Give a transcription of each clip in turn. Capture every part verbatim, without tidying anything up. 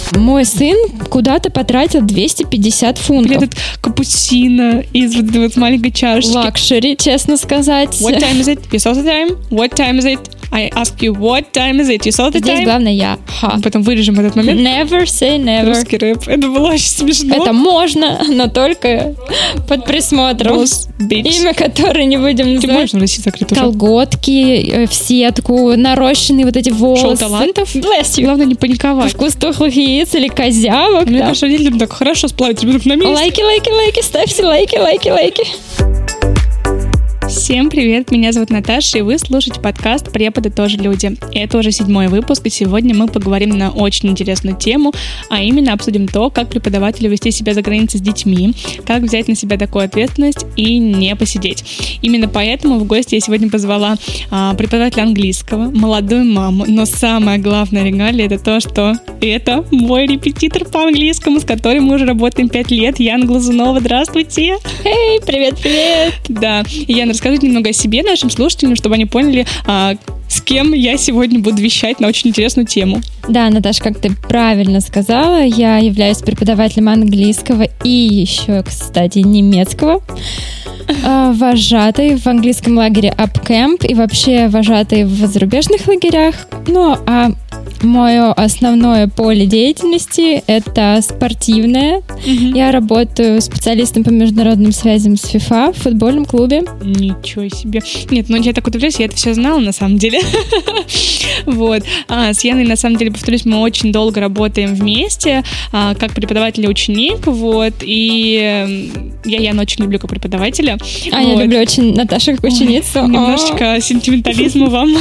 Мой сын куда-то потратил двести пятьдесят фунтов. Или этот капучино из вот этой вот маленькой чашечки. Лакшери, честно сказать. What time is it? You saw the time? What time is it? I ask you, what time is it? You saw the Здесь time? главное я. Ха. Потом вырежем этот момент. Never say never. Русский рэп. Это было очень смешно. Это можно, но только под присмотром. Boss, bitch. Имя, которое не будем Ты называть. можешь носить закрытую шапку? Колготки в сетку, нарощенные вот эти волосы. Шоу талантов? Bless you. Главное не паниковать. Вкус тухлых яиц или козявок. Мне да. кажется, родителям так хорошо сплавить ребенок на месте. Лайки, лайки, лайки, ставьте лайки, лайки, лайки. Всем привет, меня зовут Наташа, и вы слушаете подкаст «Преподы тоже люди». И это уже седьмой выпуск, и сегодня мы поговорим на очень интересную тему, а именно обсудим то, как преподавателю вести себя за границей с детьми, как взять на себя такую ответственность и не посидеть. Именно поэтому в гости я сегодня позвала а, преподавателя английского, молодую маму, но самое главное регалия — это то, что это мой репетитор по английскому, с которым мы уже работаем пять лет, Яна Глазунова. Здравствуйте! Эй, привет-привет! Да, Яна, расскажите немного о себе нашим слушателям, чтобы они поняли, а, с кем я сегодня буду вещать на очень интересную тему. Да, Наташа, как ты правильно сказала, я являюсь преподавателем английского и еще, кстати, немецкого. Вожатой в английском лагере UpCamp и вообще вожатой в зарубежных лагерях. Ну, а мое основное поле деятельности — это спортивное. Mm-hmm. Я работаю специалистом по международным связям с FIFA в футбольном клубе. Ничего себе. Нет, ну я так удивляюсь, я это все знала на самом деле. Вот. А, с Яной, на самом деле, повторюсь, мы очень долго работаем вместе, а, как преподаватель и ученик, вот, и я Яну очень люблю как преподавателя. А вот. Я люблю очень Наташу как ученицу. Ой, немножечко сентиментализма вам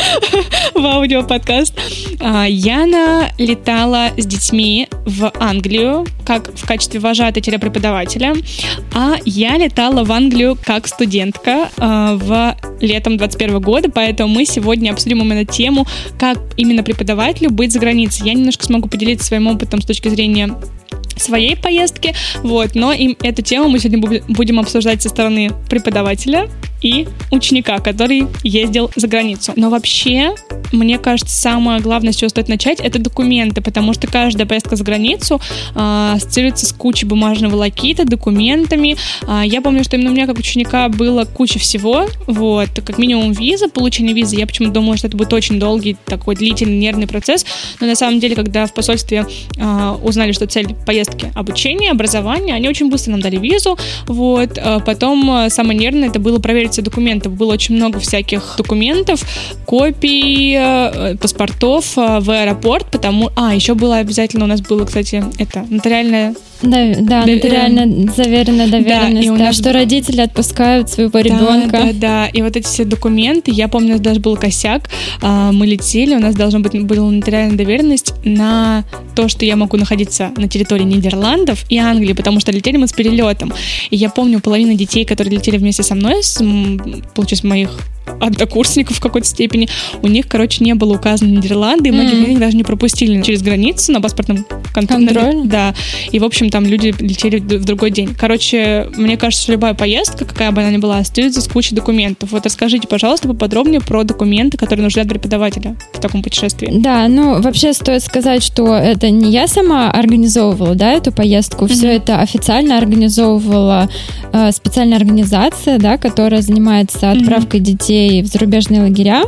в аудиоподкаст. А, Яна летала с детьми в Англию, как в качестве вожатой-преподавателя, а я летала в Англию как студентка а, в летом двадцать первого года, поэтому мы сегодня обсудим именно тему, как именно преподавателю быть за границей. Я немножко смогу поделиться своим опытом с точки зрения своей поездки, вот, но им эту тему мы сегодня будем обсуждать со стороны преподавателя и ученика, который ездил за границу. Но вообще, мне кажется, самое главное, с чего стоит начать, это документы, потому что каждая поездка за границу э, ассоциируется с кучей бумажного волокита, документами. Э, я помню, что именно у меня как ученика было куча всего, вот, как минимум виза, получение визы. Я почему-то думала, что это будет очень долгий, такой длительный, нервный процесс, но на самом деле, когда в посольстве э, узнали, что цель поездки — обучение, образование, они очень быстро нам дали визу, вот, э, потом э, самое нервное — это было проверить все документы. Было очень много всяких документов, копий, э, паспортов э, в аэропорт, потому... А, еще было обязательно, у нас было, кстати, это, нотариальное... Да, да, Д- нотариально заверенная доверенность, да, да, нас... что родители отпускают своего ребенка. Да, да, да, и вот эти все документы, я помню, у нас даже был косяк, а, мы летели, у нас должна быть была нотариальная доверенность на то, что я могу находиться на территории Нидерландов и Англии, потому что летели мы с перелетом, и я помню, половина детей, которые летели вместе со мной, с, получается, моих однокурсников в какой-то степени, у них, короче, не было указано Нидерланды, и многих mm. них даже не пропустили через границу на паспортном контроле. Контроль? Да, и, в общем, там люди летели в другой день. Короче, мне кажется, что любая поездка, какая бы она ни была, остается с кучей документов. Вот расскажите, пожалуйста, поподробнее про документы, которые нужны от преподавателя в таком путешествии. Да, ну, вообще стоит сказать, что это не я сама организовывала, да, эту поездку, mm-hmm. все это официально организовывала э, специальная организация, да, которая занимается отправкой mm-hmm. детей в зарубежные лагеря.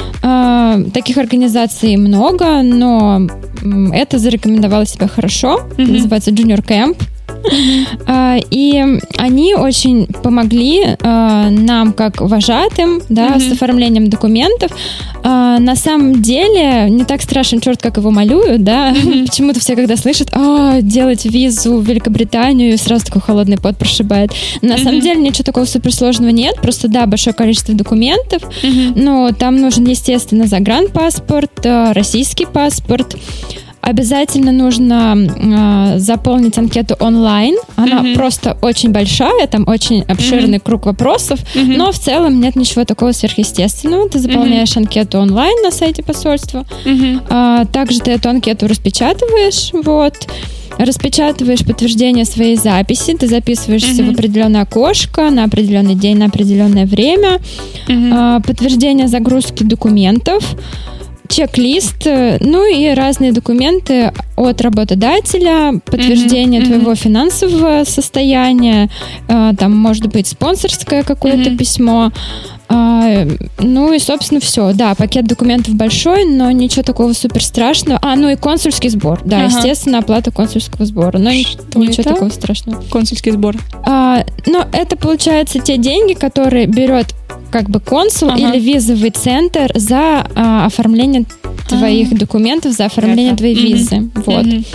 Э, таких организаций много, но это зарекомендовало себя хорошо. Mm-hmm. Называется Junior Camp. Mm-hmm. Uh, и они очень помогли uh, нам, как вожатым, да, mm-hmm. с оформлением документов. Uh, на самом деле не так страшен черт, как его малюют, да. Mm-hmm. Почему-то все, когда слышат, а, делать визу в Великобританию, сразу такой холодный пот прошибает. На mm-hmm. самом деле ничего такого суперсложного нет, просто, да, большое количество документов, mm-hmm. но там нужен, естественно, загранпаспорт, российский паспорт. Обязательно нужно э, заполнить анкету онлайн. Она mm-hmm. просто очень большая, там очень обширный mm-hmm. круг вопросов, mm-hmm. но в целом нет ничего такого сверхъестественного. Ты заполняешь mm-hmm. анкету онлайн на сайте посольства. Mm-hmm. А, также ты эту анкету распечатываешь, вот. Распечатываешь подтверждение своей записи, ты записываешься mm-hmm. в определенное окошко на определенный день, на определенное время. Mm-hmm. А, подтверждение загрузки документов. чек-лист, ну и разные документы от работодателя, подтверждение mm-hmm. твоего mm-hmm. финансового состояния, там может быть спонсорское какое-то mm-hmm. письмо. А, ну и, собственно, все. Да, пакет документов большой, но ничего такого супер страшного. А, ну и консульский сбор. Да, ага. естественно, оплата консульского сбора. Но Что ничего это? такого страшного. Консульский сбор. А, но это, получается, те деньги, которые берет как бы консул ага. или визовый центр за а, оформление твоих а. документов, за оформление это. твоей mm-hmm. визы. Вот. Mm-hmm.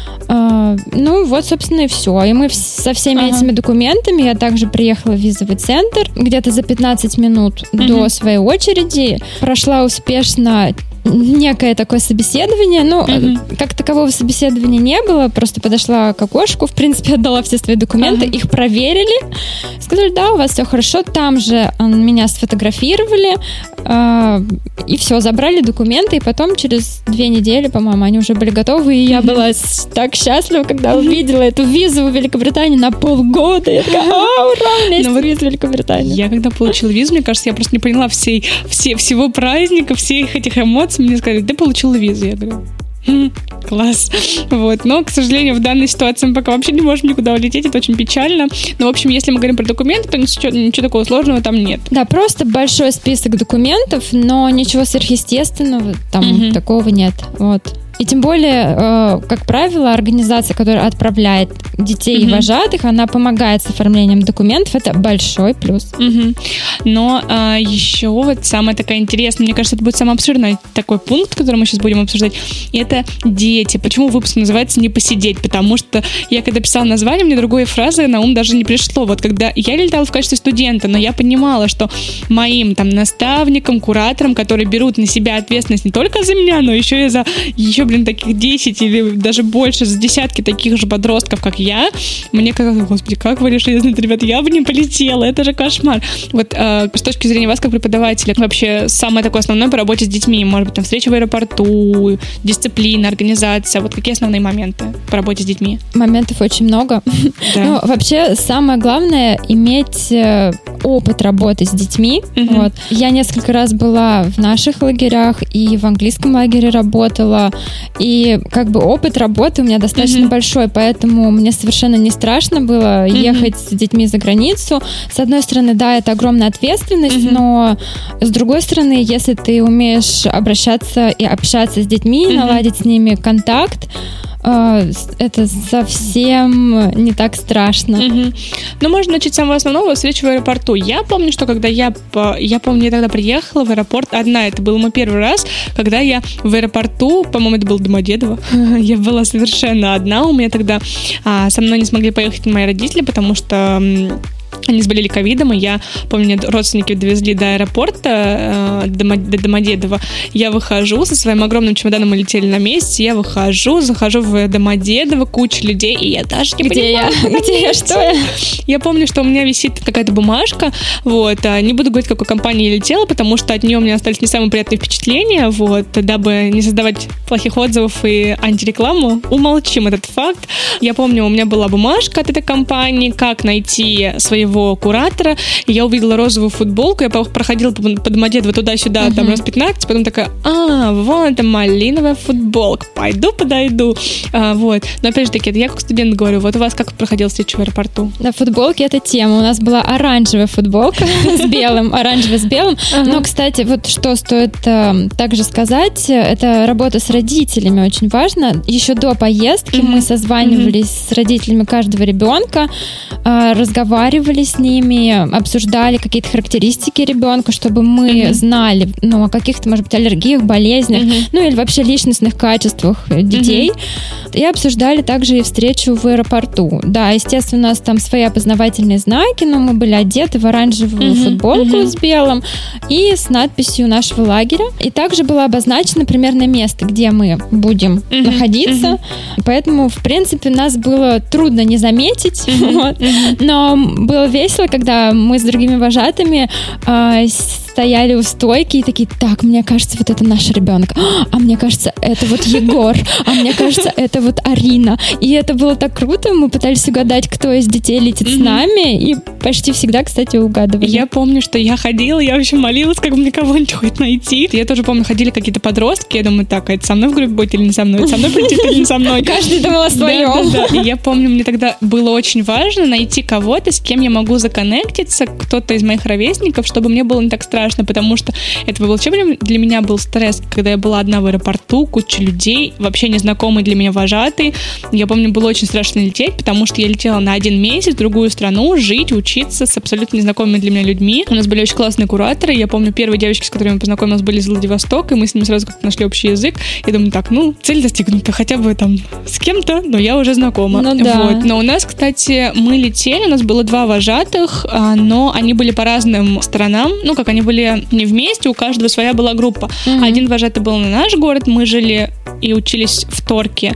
Uh, ну, вот, собственно, и все. И мы со всеми ага. этими документами, я также приехала в визовый центр, где-то за пятнадцать минут uh-huh. до своей очереди. Прошла успешно некое такое собеседование. Ну, uh-huh. как такового собеседования не было. Просто подошла к окошку, в принципе, отдала все свои документы, uh-huh. их проверили. Сказали, да, у вас все хорошо. Там же меня сфотографировали. Uh, и все, забрали документы. И потом через две недели, по-моему, они уже были готовы. И uh-huh. я была так счастлива, когда увидела эту визу в Великобритании на полгода. Я такая, а, ура, у меня есть вот виза в Великобритании. Я когда получила визу, мне кажется, я просто не поняла всей, все, всего праздника, всех этих эмоций. Мне сказали, ты получила визу. Я говорю, хм, класс. Вот. Но, к сожалению, в данной ситуации мы пока вообще не можем никуда улететь. Это очень печально. Но, в общем, если мы говорим про документы, то ничего, ничего такого сложного там нет. Да, просто большой список документов, но ничего сверхъестественного там mm-hmm. такого нет. Вот. И тем более, э, как правило, организация, которая отправляет детей mm-hmm. и вожатых, она помогает с оформлением документов. Это большой плюс. Mm-hmm. Но э, еще вот самая такая интересная, мне кажется, это будет самый обширный такой пункт, который мы сейчас будем обсуждать. И это дети. Почему выпуск называется «Не посидеть»? Потому что я, когда писала название, мне другой фразы на ум даже не пришло. Вот когда я летала в качестве студента, но я понимала, что моим там наставникам, кураторам, которые берут на себя ответственность не только за меня, но еще и за еще блин, таких десять или даже больше, за десятки таких же подростков, как я, мне казалось, господи, как вы решили, ребята, я бы не полетела, это же кошмар. Вот э, с точки зрения вас, как преподавателя, вообще самое такое основное по работе с детьми, может быть, там встреча в аэропорту, дисциплина, организация, вот какие основные моменты по работе с детьми? Моментов очень много. Да. Ну, вообще, самое главное иметь опыт работы с детьми. Uh-huh. Вот. Я несколько раз была в наших лагерях и в английском лагере работала. И как бы опыт работы у меня достаточно uh-huh. большой, поэтому мне совершенно не страшно было uh-huh. ехать с детьми за границу. С одной стороны, да, это огромная ответственность, uh-huh. но с другой стороны, если ты умеешь обращаться и общаться с детьми, uh-huh. наладить с ними контакт, это совсем не так страшно. Угу. Ну, можно начать с самого основного, встречи в аэропорту. Я помню, что когда я, я помню, я тогда приехала в аэропорт одна, это был мой первый раз, когда я в аэропорту, по-моему, это было Домодедово, я была совершенно одна, у меня тогда а, со мной не смогли поехать мои родители, потому что они заболели ковидом, и я, помню, меня родственники довезли до аэропорта, э, до, до Домодедово. Я выхожу со своим огромным чемоданом, мы летели на месте, я выхожу, захожу в Домодедово, куча людей, и я даже не Где понимаю, я? Где я? Что я? Я помню, что у меня висит какая-то бумажка, вот, не буду говорить, к какой компании я летела, потому что от нее у меня остались не самые приятные впечатления, вот, дабы не создавать плохих отзывов и антирекламу, умолчим этот факт. Я помню, у меня была бумажка от этой компании, как найти своего куратора, и я увидела розовую футболку, я проходила по, по Домодедово туда-сюда, uh-huh. там раз пятнадцать, потом такая, а, вон это малиновая футболка, пойду подойду, а, вот. Но опять же таки, я как студент говорю, вот у вас как проходила встреча в аэропорту? Да, футболки — это тема. У нас была оранжевая футболка с белым, оранжевая с белым. Но, кстати, вот что стоит также сказать, это работа с родителями очень важно. Еще до поездки мы созванивались с родителями каждого ребенка, разговаривали с ними, обсуждали какие-то характеристики ребенка, чтобы мы uh-huh. знали, ну, о каких-то, может быть, аллергиях, болезнях, uh-huh. ну, или вообще личностных качествах детей. Uh-huh. И обсуждали также и встречу в аэропорту. Да, естественно, у нас там свои опознавательные знаки, но мы были одеты в оранжевую uh-huh. футболку uh-huh. с белым и с надписью нашего лагеря. И также было обозначено примерное место, где мы будем uh-huh. находиться. Uh-huh. Поэтому, в принципе, нас было трудно не заметить. Uh-huh. Вот. Uh-huh. Но было весело, когда мы с другими вожатыми э, стояли у стойки и такие, так, мне кажется, вот это наш ребенок, а мне кажется, это вот Егор, а мне кажется, это вот Арина. И это было так круто, мы пытались угадать, кто из детей летит mm-hmm. с нами, и почти всегда, кстати, угадывали. Я помню, что я ходила, я вообще молилась, как мне кого-нибудь хоть найти. Я тоже помню, ходили какие-то подростки, я думаю, так, а это со мной в группе будет или не со мной? Это со мной прилетит или не со мной? Каждый думал о своем. Да, да, да. И я помню, мне тогда было очень важно найти кого-то, с кем я могу законнектиться, кто-то из моих ровесников, чтобы мне было не так страшно, потому что это вообще для меня был стресс, когда я была одна в аэропорту, куча людей, вообще незнакомый для меня вожатый. Я помню, было очень страшно лететь, потому что я летела на один месяц в другую страну, жить, учиться с абсолютно незнакомыми для меня людьми. У нас были очень классные кураторы. Я помню, первые девочки, с которыми я познакомилась, были из Владивостока, и мы с ними сразу как-то нашли общий язык. Я думаю, так, ну, цель достигнута, хотя бы там с кем-то, но я уже знакома. Ну, да. Вот. Но у нас, кстати, мы летели, у нас было два вожатых, но они были по разным сторонам. Ну, как они были не вместе, у каждого своя была группа. Mm-hmm. Один вожатый был на наш город, мы жили и учились в Торке.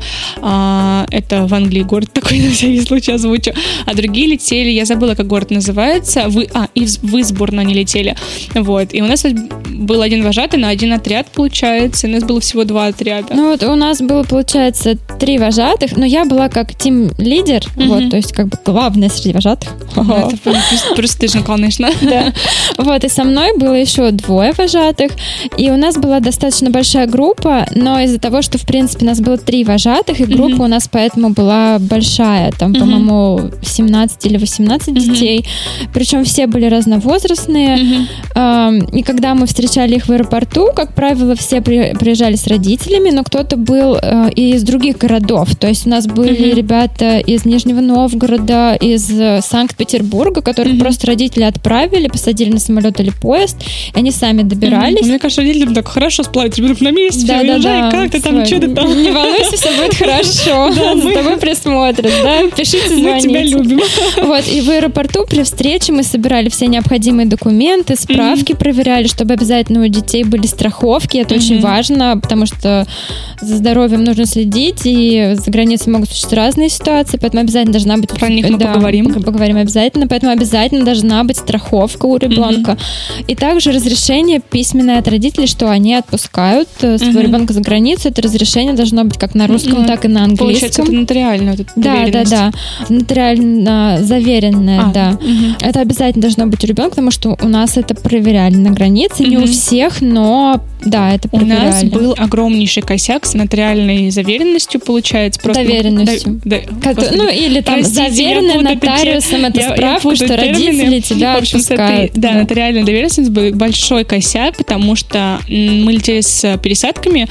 А, это в Англии город такой, на всякий случай озвучу. А другие летели, я забыла, как город называется. Вы, а, из, в Изборн они летели. Вот. И у нас был один вожатый на один отряд, получается. У нас было всего два отряда. Ну вот у нас было, получается, три вожатых, но я была как тим-лидер, mm-hmm. вот, то есть как бы главная среди вожатых. Ну, это престижно, конечно. Да. Вот, и со мной было еще двое вожатых, и у нас была достаточно большая группа, но из-за того, что, в принципе, у нас было три вожатых, и группа mm-hmm. у нас поэтому была большая, там, mm-hmm. по-моему, семнадцать или восемнадцать mm-hmm. детей, причем все были разновозрастные, mm-hmm. и когда мы встречали их в аэропорту, как правило, все при, приезжали с родителями, но кто-то был э, из других городов, то есть у нас были mm-hmm. ребята из Нижнего Новгорода, из э, Санкт-Петербурга, которых mm-hmm. просто родители отправили, посадили на самолет или поезд, и они сами добирались. Mm-hmm. Мне кажется, родителям так хорошо сплавить ребенок на месте, да, уезжай, да, да. как ты там, что ты там. Не волнуйся, все будет хорошо, за тобой присмотрят, да, пишите, звоните. Мы тебя любим. Вот, и в аэропорту при встрече мы собирали все необходимые документы, справки проверяли, чтобы обязательно у детей были страховки, это очень важно, потому что за здоровьем нужно следить, и за границей могут случиться разные ситуации, поэтому обязательно должна быть... Про них мы да, поговорим. Поговорим обязательно, поэтому обязательно должна быть страховка у ребенка. Mm-hmm. И также разрешение письменное от родителей, что они отпускают своего mm-hmm. ребенка за границу. Это разрешение должно быть как на русском, mm-hmm. так и на английском. Получается, это нотариально, вот эта да, да, да. Нотариально заверенное, а, да. Mm-hmm. Это обязательно должно быть у ребенка, потому что у нас это проверяли на границе. Mm-hmm. Не у всех, но да, это проверяли. У нас был огромнейший косяк с нотариальной заверенностью, получается. Просто доверенностью. Да, да, Как, ну, или там заверенная нотариусом, это я, справка, я что термины. Родители тебя в общем, отпускают. Ты, да, да, нотариальная доверенность был большой косяк, потому что мы летели с пересадками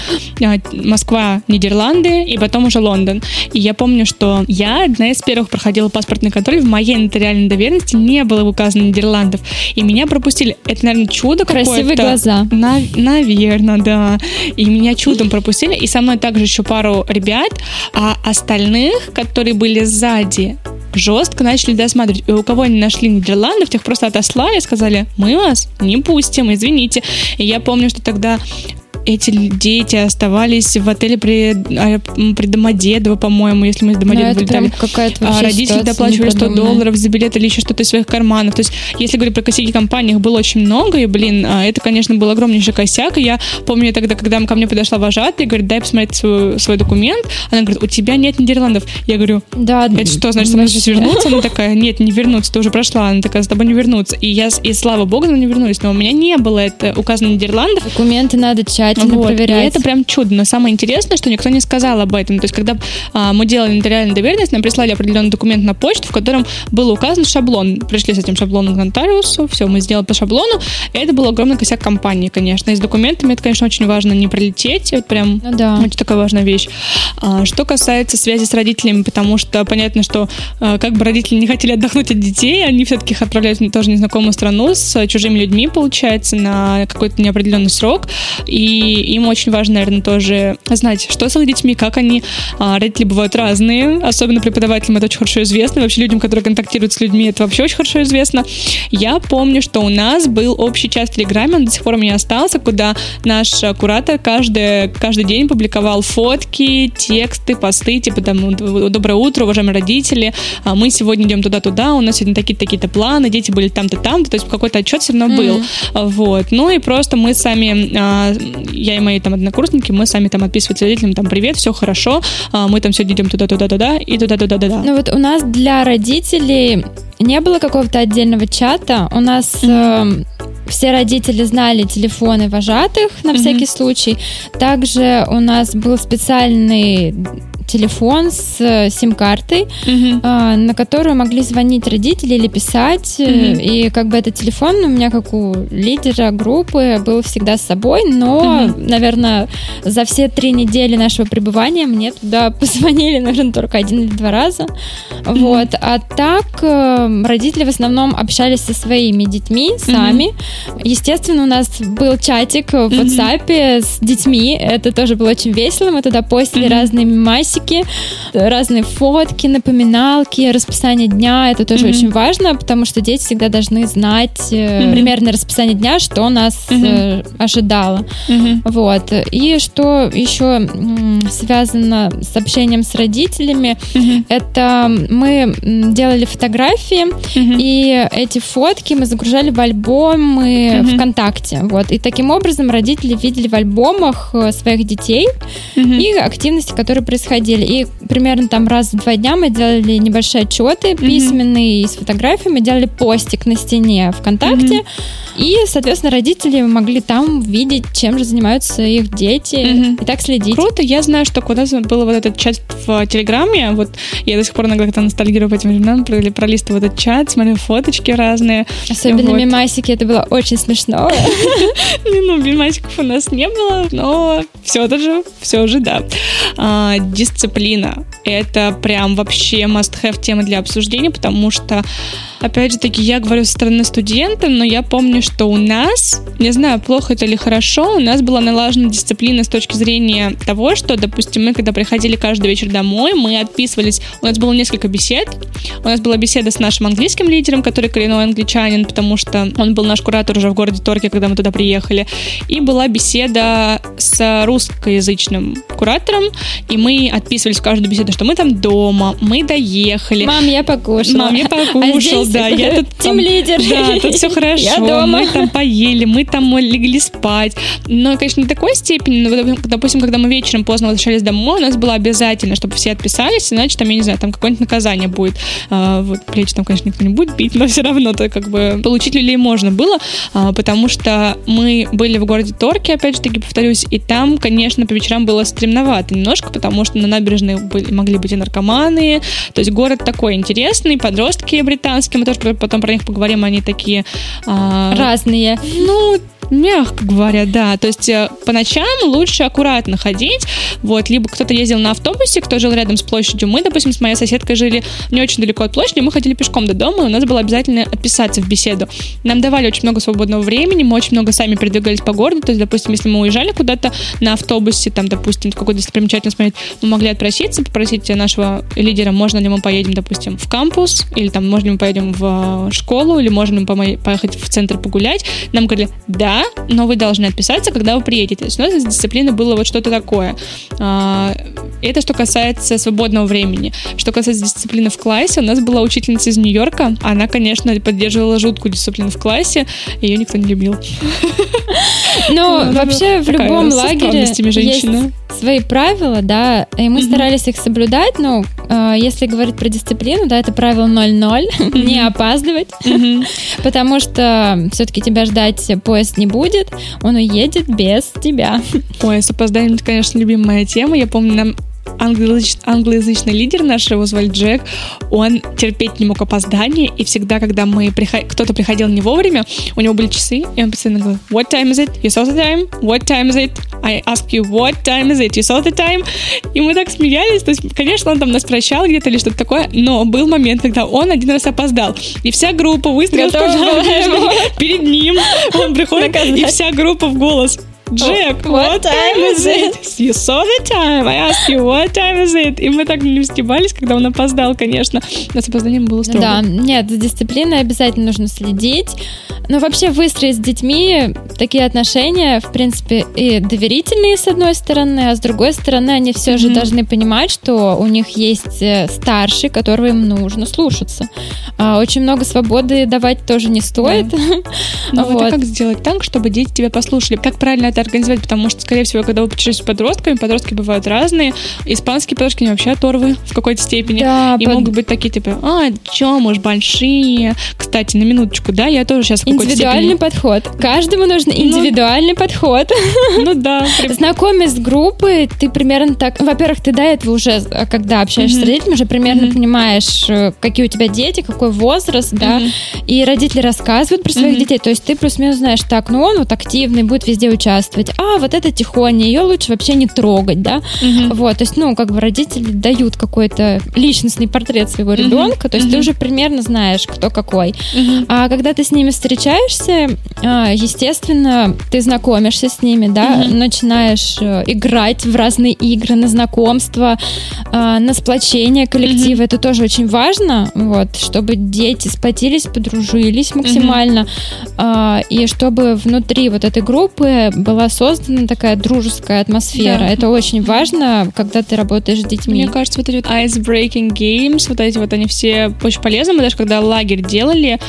Москва, Нидерланды и потом уже Лондон. И я помню, что я одна из первых проходила паспортный контроль, в моей нотариальной доверенности не было указано Нидерландов. И меня пропустили. Это, наверное, чудо какое-то. Красивые глаза. На, наверное, да. И меня чудом пропустили. И со мной также еще пару ребят, а остальных, которые были сзади, жестко начали досматривать. И у кого они нашли Нидерландов, тех просто отослали, сказали, мы вас не пустим, извините. И я помню, что тогда эти дети оставались в отеле при, при Домодедово, по-моему, если мы из Домодедова вылетали. А родители доплачивали сто долларов за билет или еще что-то из своих карманов. То есть, если говорить про косяки компании, их было очень много, и, блин, это, конечно, был огромнейший косяк. И я помню тогда, когда ко мне подошла вожатая и говорит, дай посмотреть свой, свой документ. Она говорит, у тебя нет Нидерландов. Я говорю, да, это что, значит, она сейчас вернуться? Она такая, нет, не вернуться, ты уже прошла. Она такая, с тобой не вернуться. И я, и слава богу, она не вернулись. Но у меня не было это указано Нидерландов. Документы надо тщательно вот. проверять. И это прям чудо. Но самое интересное, что никто не сказал об этом. То есть, когда а, мы делали нотариальную доверенность, нам прислали определенный документ на почту, в котором был указан шаблон. Пришли с этим шаблоном к нотариусу, все, мы сделали по шаблону. И это был огромный косяк компании, конечно. И с документами это, конечно, очень важно не пролететь. Это прям ну, да. очень такая важная вещь. А, что касается связи с родителями, потому что понятно, что а, как бы родители не хотели отдохнуть от детей, они все-таки их отправляют в тоже незнакомую страну с чужими людьми, получается, на какой-то неопределенный срок. И и им очень важно, наверное, тоже знать, что с их детьми, как они. Родители бывают разные, особенно преподавателям это очень хорошо известно, вообще людям, которые контактируют с людьми, это вообще очень хорошо известно. Я помню, что у нас был общий чат в Телеграме, он до сих пор у меня остался, куда наш куратор каждый, каждый день публиковал фотки, тексты, посты, типа там «Доброе утро, уважаемые родители, мы сегодня идем туда-туда, у нас сегодня такие-то, такие-то планы, дети были там-то, там-то», то есть какой-то отчет все равно был. Mm-hmm. Вот. Ну и просто мы сами, я и мои там однокурсники, мы сами там отписывались родителям, там «Привет, все хорошо, мы там сегодня идем туда-туда-туда и туда-туда-туда». Ну вот у нас для родителей не было какого-то отдельного чата, у нас... Mm-hmm. э, все родители знали телефоны вожатых на mm-hmm. всякий случай. Также у нас был специальный телефон с сим-картой, mm-hmm. э, на которую могли звонить родители или писать. Mm-hmm. И как бы этот телефон у меня, как у лидера группы, был всегда с собой, но, mm-hmm. наверное, за все три недели нашего пребывания мне туда позвонили, наверное, только один или два раза. Mm-hmm. Вот. А так э, родители в основном общались со своими детьми сами. Mm-hmm. Естественно, у нас был чатик в WhatsApp mm-hmm. с детьми. Это тоже было очень весело. Мы туда постили mm-hmm. разные мемасики, разные фотки, напоминалки, расписание дня. Это тоже mm-hmm. очень важно, потому что дети всегда должны знать mm-hmm. примерное расписание дня, что нас mm-hmm. э, ожидало. Mm-hmm. Вот. И что еще м, связано с общением с родителями, mm-hmm. это мы делали фотографии, mm-hmm. и эти фотки мы загружали в альбомы mm-hmm. ВКонтакте. Вот. И таким образом родители видели в альбомах своих детей mm-hmm. и активности, которые происходили. И примерно там раз в два дня мы делали небольшие отчеты mm-hmm. письменные с фотографиями, делали постик на стене ВКонтакте, mm-hmm. и, соответственно, родители могли там видеть, чем же занимаются их дети, mm-hmm. и так следить. Круто. Я знаю, что у нас был вот этот чат в Телеграме, вот я до сих пор иногда как-то ностальгирую по этим временам, пролистываю этот чат, смотрю фоточки разные. Особенно вот. Мемасики, это было очень смешно. Ну, мемасиков у нас не было, но все же, все же, да. Дисциплина. Это прям вообще must-have тема для обсуждения, потому что, опять же таки, я говорю со стороны студента, но я помню, что у нас, не знаю, плохо это или хорошо, у нас была налажена дисциплина с точки зрения того, что, допустим, мы, когда приходили каждый вечер домой, мы отписывались, у нас было несколько бесед, у нас была беседа с нашим английским лидером, который коренной англичанин, потому что он был наш куратор уже в городе Торки, когда мы туда приехали, и была беседа с русскоязычным куратором, и мы отписывались в каждую беседу, что мы там дома, мы доехали. Мам, я покушала. Мам, я покушал, а да. Я тут тим-лидер. Да, тут все хорошо. Я дома. Мы там поели, мы там легли спать. Но, конечно, не такой степени, но, допустим, когда мы вечером поздно возвращались домой, у нас было обязательно, чтобы все отписались, иначе там, я не знаю, там какое-нибудь наказание будет. А, вот, плечи там, конечно, никто не будет бить, но все равно то как бы получить люлей можно было, а, потому что мы были в городе Торки, опять же таки, повторюсь, и там, конечно, по вечерам было стремновато немножко, потому что на набережной были, могли быть и наркоманы, то есть город такой интересный, подростки британские, мы тоже потом про них поговорим, они такие... А, разные. Ну, мягко говоря, да. То есть по ночам лучше аккуратно ходить. Вот, либо кто-то ездил на автобусе, кто жил рядом с площадью. Мы, допустим, с моей соседкой жили не очень далеко от площади, мы ходили пешком до дома, и у нас было обязательно отписаться в беседу. Нам давали очень много свободного времени, мы очень много сами передвигались по городу. То есть, допустим, если мы уезжали куда-то на автобусе, там, допустим, какую-то достопримечательность смотреть, мы могли отпроситься, попросить нашего лидера, можно ли мы поедем, допустим, в кампус, или там, можно ли мы поедем в школу, или можно ли мы поехать в центр погулять. Нам говорили, да, но вы должны отписаться, когда вы приедете. То есть у нас из дисциплины было вот что-то такое. Это что касается свободного времени. Что касается дисциплины в классе, у нас была учительница из Нью-Йорка. Она, конечно, поддерживала жуткую дисциплину в классе. Ее никто не любил. Ну, вообще в любом лагере есть свои правила, да, и мы старались их соблюдать, но если говорить про дисциплину, да, это правило ноль ноль, не опаздывать, потому что все-таки тебя ждать поезд не будет, он уедет без тебя. Ой, с опозданием, это, конечно, любимая тема. Я помню, нам англоязыч... англоязычный лидер наш, его звали Джек, он терпеть не мог опоздания, и всегда, когда мы приход... кто-то приходил не вовремя, у него были часы, и он постоянно говорил, what time is it? You saw the time? What time is it? I ask you, what time is it? You saw the time? И мы так смеялись, то есть, конечно, он там нас прощал где-то или что-то такое, но был момент, когда он один раз опоздал, и вся группа выстроилась перед ним, он приходит, и вся группа в голос, Джек, what time is it? You saw the time. I asked you, what time is it? И мы так не стебались, когда он опоздал, конечно. Но с опозданием было строго. Да, нет, за дисциплиной обязательно нужно следить. Но вообще выстроить с детьми такие отношения, в принципе, и доверительные, с одной стороны, а с другой стороны, они все mm-hmm. же должны понимать, что у них есть старший, которого им нужно слушаться. А очень много свободы давать тоже не стоит. Да. Ну вот. А как сделать так, чтобы дети тебя послушали? Как правильно это организовать? Потому что, скорее всего, когда вы путешествуете с подростками, подростки бывают разные. Испанские подростки не вообще оторвы в какой-то степени. Да, и под... могут быть такие, типа, а, чё, мы ж большие. Кстати, на минуточку, да, я тоже сейчас в какой-то индивидуальный степени... подход. Каждому нужен индивидуальный ну, подход. Ну да. Знакомясь с группой, ты примерно так... Во-первых, ты до этого уже, когда общаешься mm-hmm. с родителями, уже примерно mm-hmm. понимаешь, какие у тебя дети, какой возраст, mm-hmm. да, и родители рассказывают про своих mm-hmm. детей, то есть ты плюс-минус знаешь, так, ну он вот активный, будет везде участвовать, а вот это тихоня, ее лучше вообще не трогать, да, mm-hmm. вот, то есть, ну, как бы родители дают какой-то личностный портрет своего mm-hmm. ребенка, то есть mm-hmm. ты уже примерно знаешь, кто какой, mm-hmm. а когда ты с ними встречаешься, естественно, ты знакомишься с ними, да, mm-hmm. начинаешь играть в разные игры, на знакомство, на сплочение коллектива, mm-hmm. это тоже очень важно, вот, чтобы дети сплотились, подружились максимально, mm-hmm. и чтобы внутри вот этой группы была создана такая дружеская атмосфера. Да. Это очень важно, когда ты работаешь с детьми. Мне кажется, вот эти вот ice-breaking games, вот эти вот, они все очень полезны. Мы даже когда лагерь делали,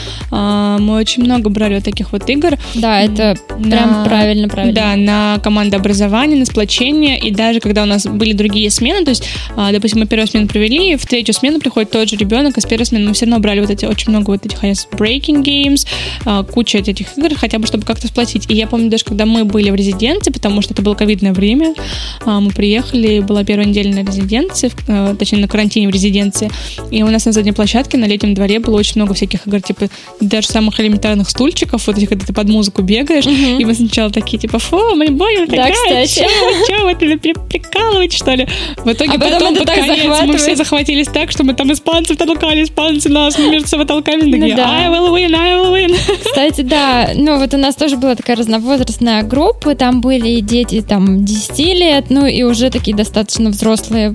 мы очень много брали вот таких вот игр. Да, это на, прям правильно, правильно. Да, на командообразование, на сплочение, и даже когда у нас были другие смены, то есть, допустим, мы первую смену провели, в третью смену приходит тот же ребенок, и с первой смены мы все равно брали вот эти, очень много вот этих ice-breaking games, куча этих игр, хотя бы чтобы как-то сплотить. И я помню даже, когда мы были в резиденции, потому что это было ковидное время, мы приехали, была первая неделя на резиденции, точнее на карантине в резиденции, и у нас на задней площадке на летнем дворе было очень много всяких игр, типа даже самых элементарных стульчиков, вот этих, когда ты под музыку бегаешь, mm-hmm. и мы сначала такие, типа, фу, мы будем да, играть, что вы прикалываете, что ли? В итоге а потом, потом под конец мы все захватились так, что мы там испанцев толкали, испанцы нас, мы между собой толкали, такие, ну, да. I will win, I will win. Кстати, да, ну вот у нас тоже была такая разновозрастная группа, там были и дети там десяти лет, ну и уже такие достаточно взрослые,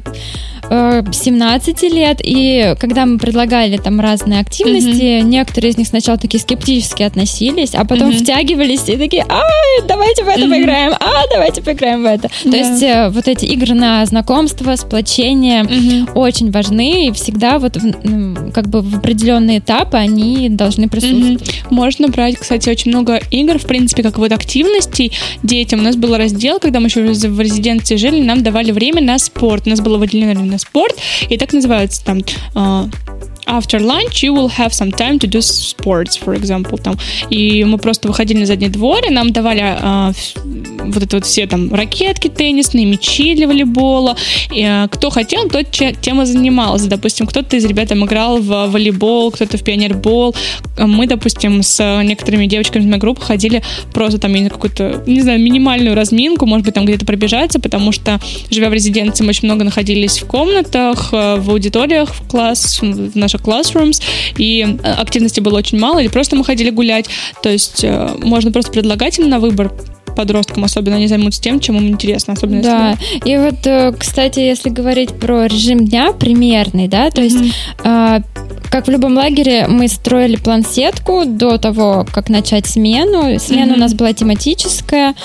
семнадцати лет, и когда мы предлагали там разные активности, mm-hmm. некоторые из них сначала такие скептически относились, а потом mm-hmm. втягивались и такие, а, давайте в это mm-hmm. поиграем, а, давайте поиграем в это. Yeah. То есть э, вот эти игры на знакомство, сплочение mm-hmm. очень важны, и всегда вот в, как бы в определенные этапы они должны присутствовать. Mm-hmm. Можно брать, кстати, очень много игр, в принципе, как вот активностей детям. У нас был раздел, когда мы еще в резиденции жили, нам давали время на спорт, у нас было выделено на спорт, и так называется там uh, after lunch you will have some time to do sports, for example, там. И мы просто выходили на задний двор, и нам давали uh, вот это вот все там ракетки теннисные, мячи для волейбола, и, uh, кто хотел, тот тем и занимался. Допустим, кто-то из ребят там играл в волейбол, кто-то в пионербол. Мы, допустим, с некоторыми девочками из моей группы ходили просто там на какую-то, не знаю, минимальную разминку, может быть, там где-то пробежаться, потому что, живя в резиденции, мы очень много находились в комнатах, в аудиториях, в класс, в наших classrooms, и активности было очень мало, или просто мы ходили гулять. То есть можно просто предлагать им на выбор подросткам, особенно они займутся тем, чем им интересно, особенно да. если... И вот, кстати, если говорить про режим дня примерный, да, то mm-hmm. есть э, как в любом лагере мы строили план-сетку до того, как начать смену. Смена mm-hmm. у нас была тематическая,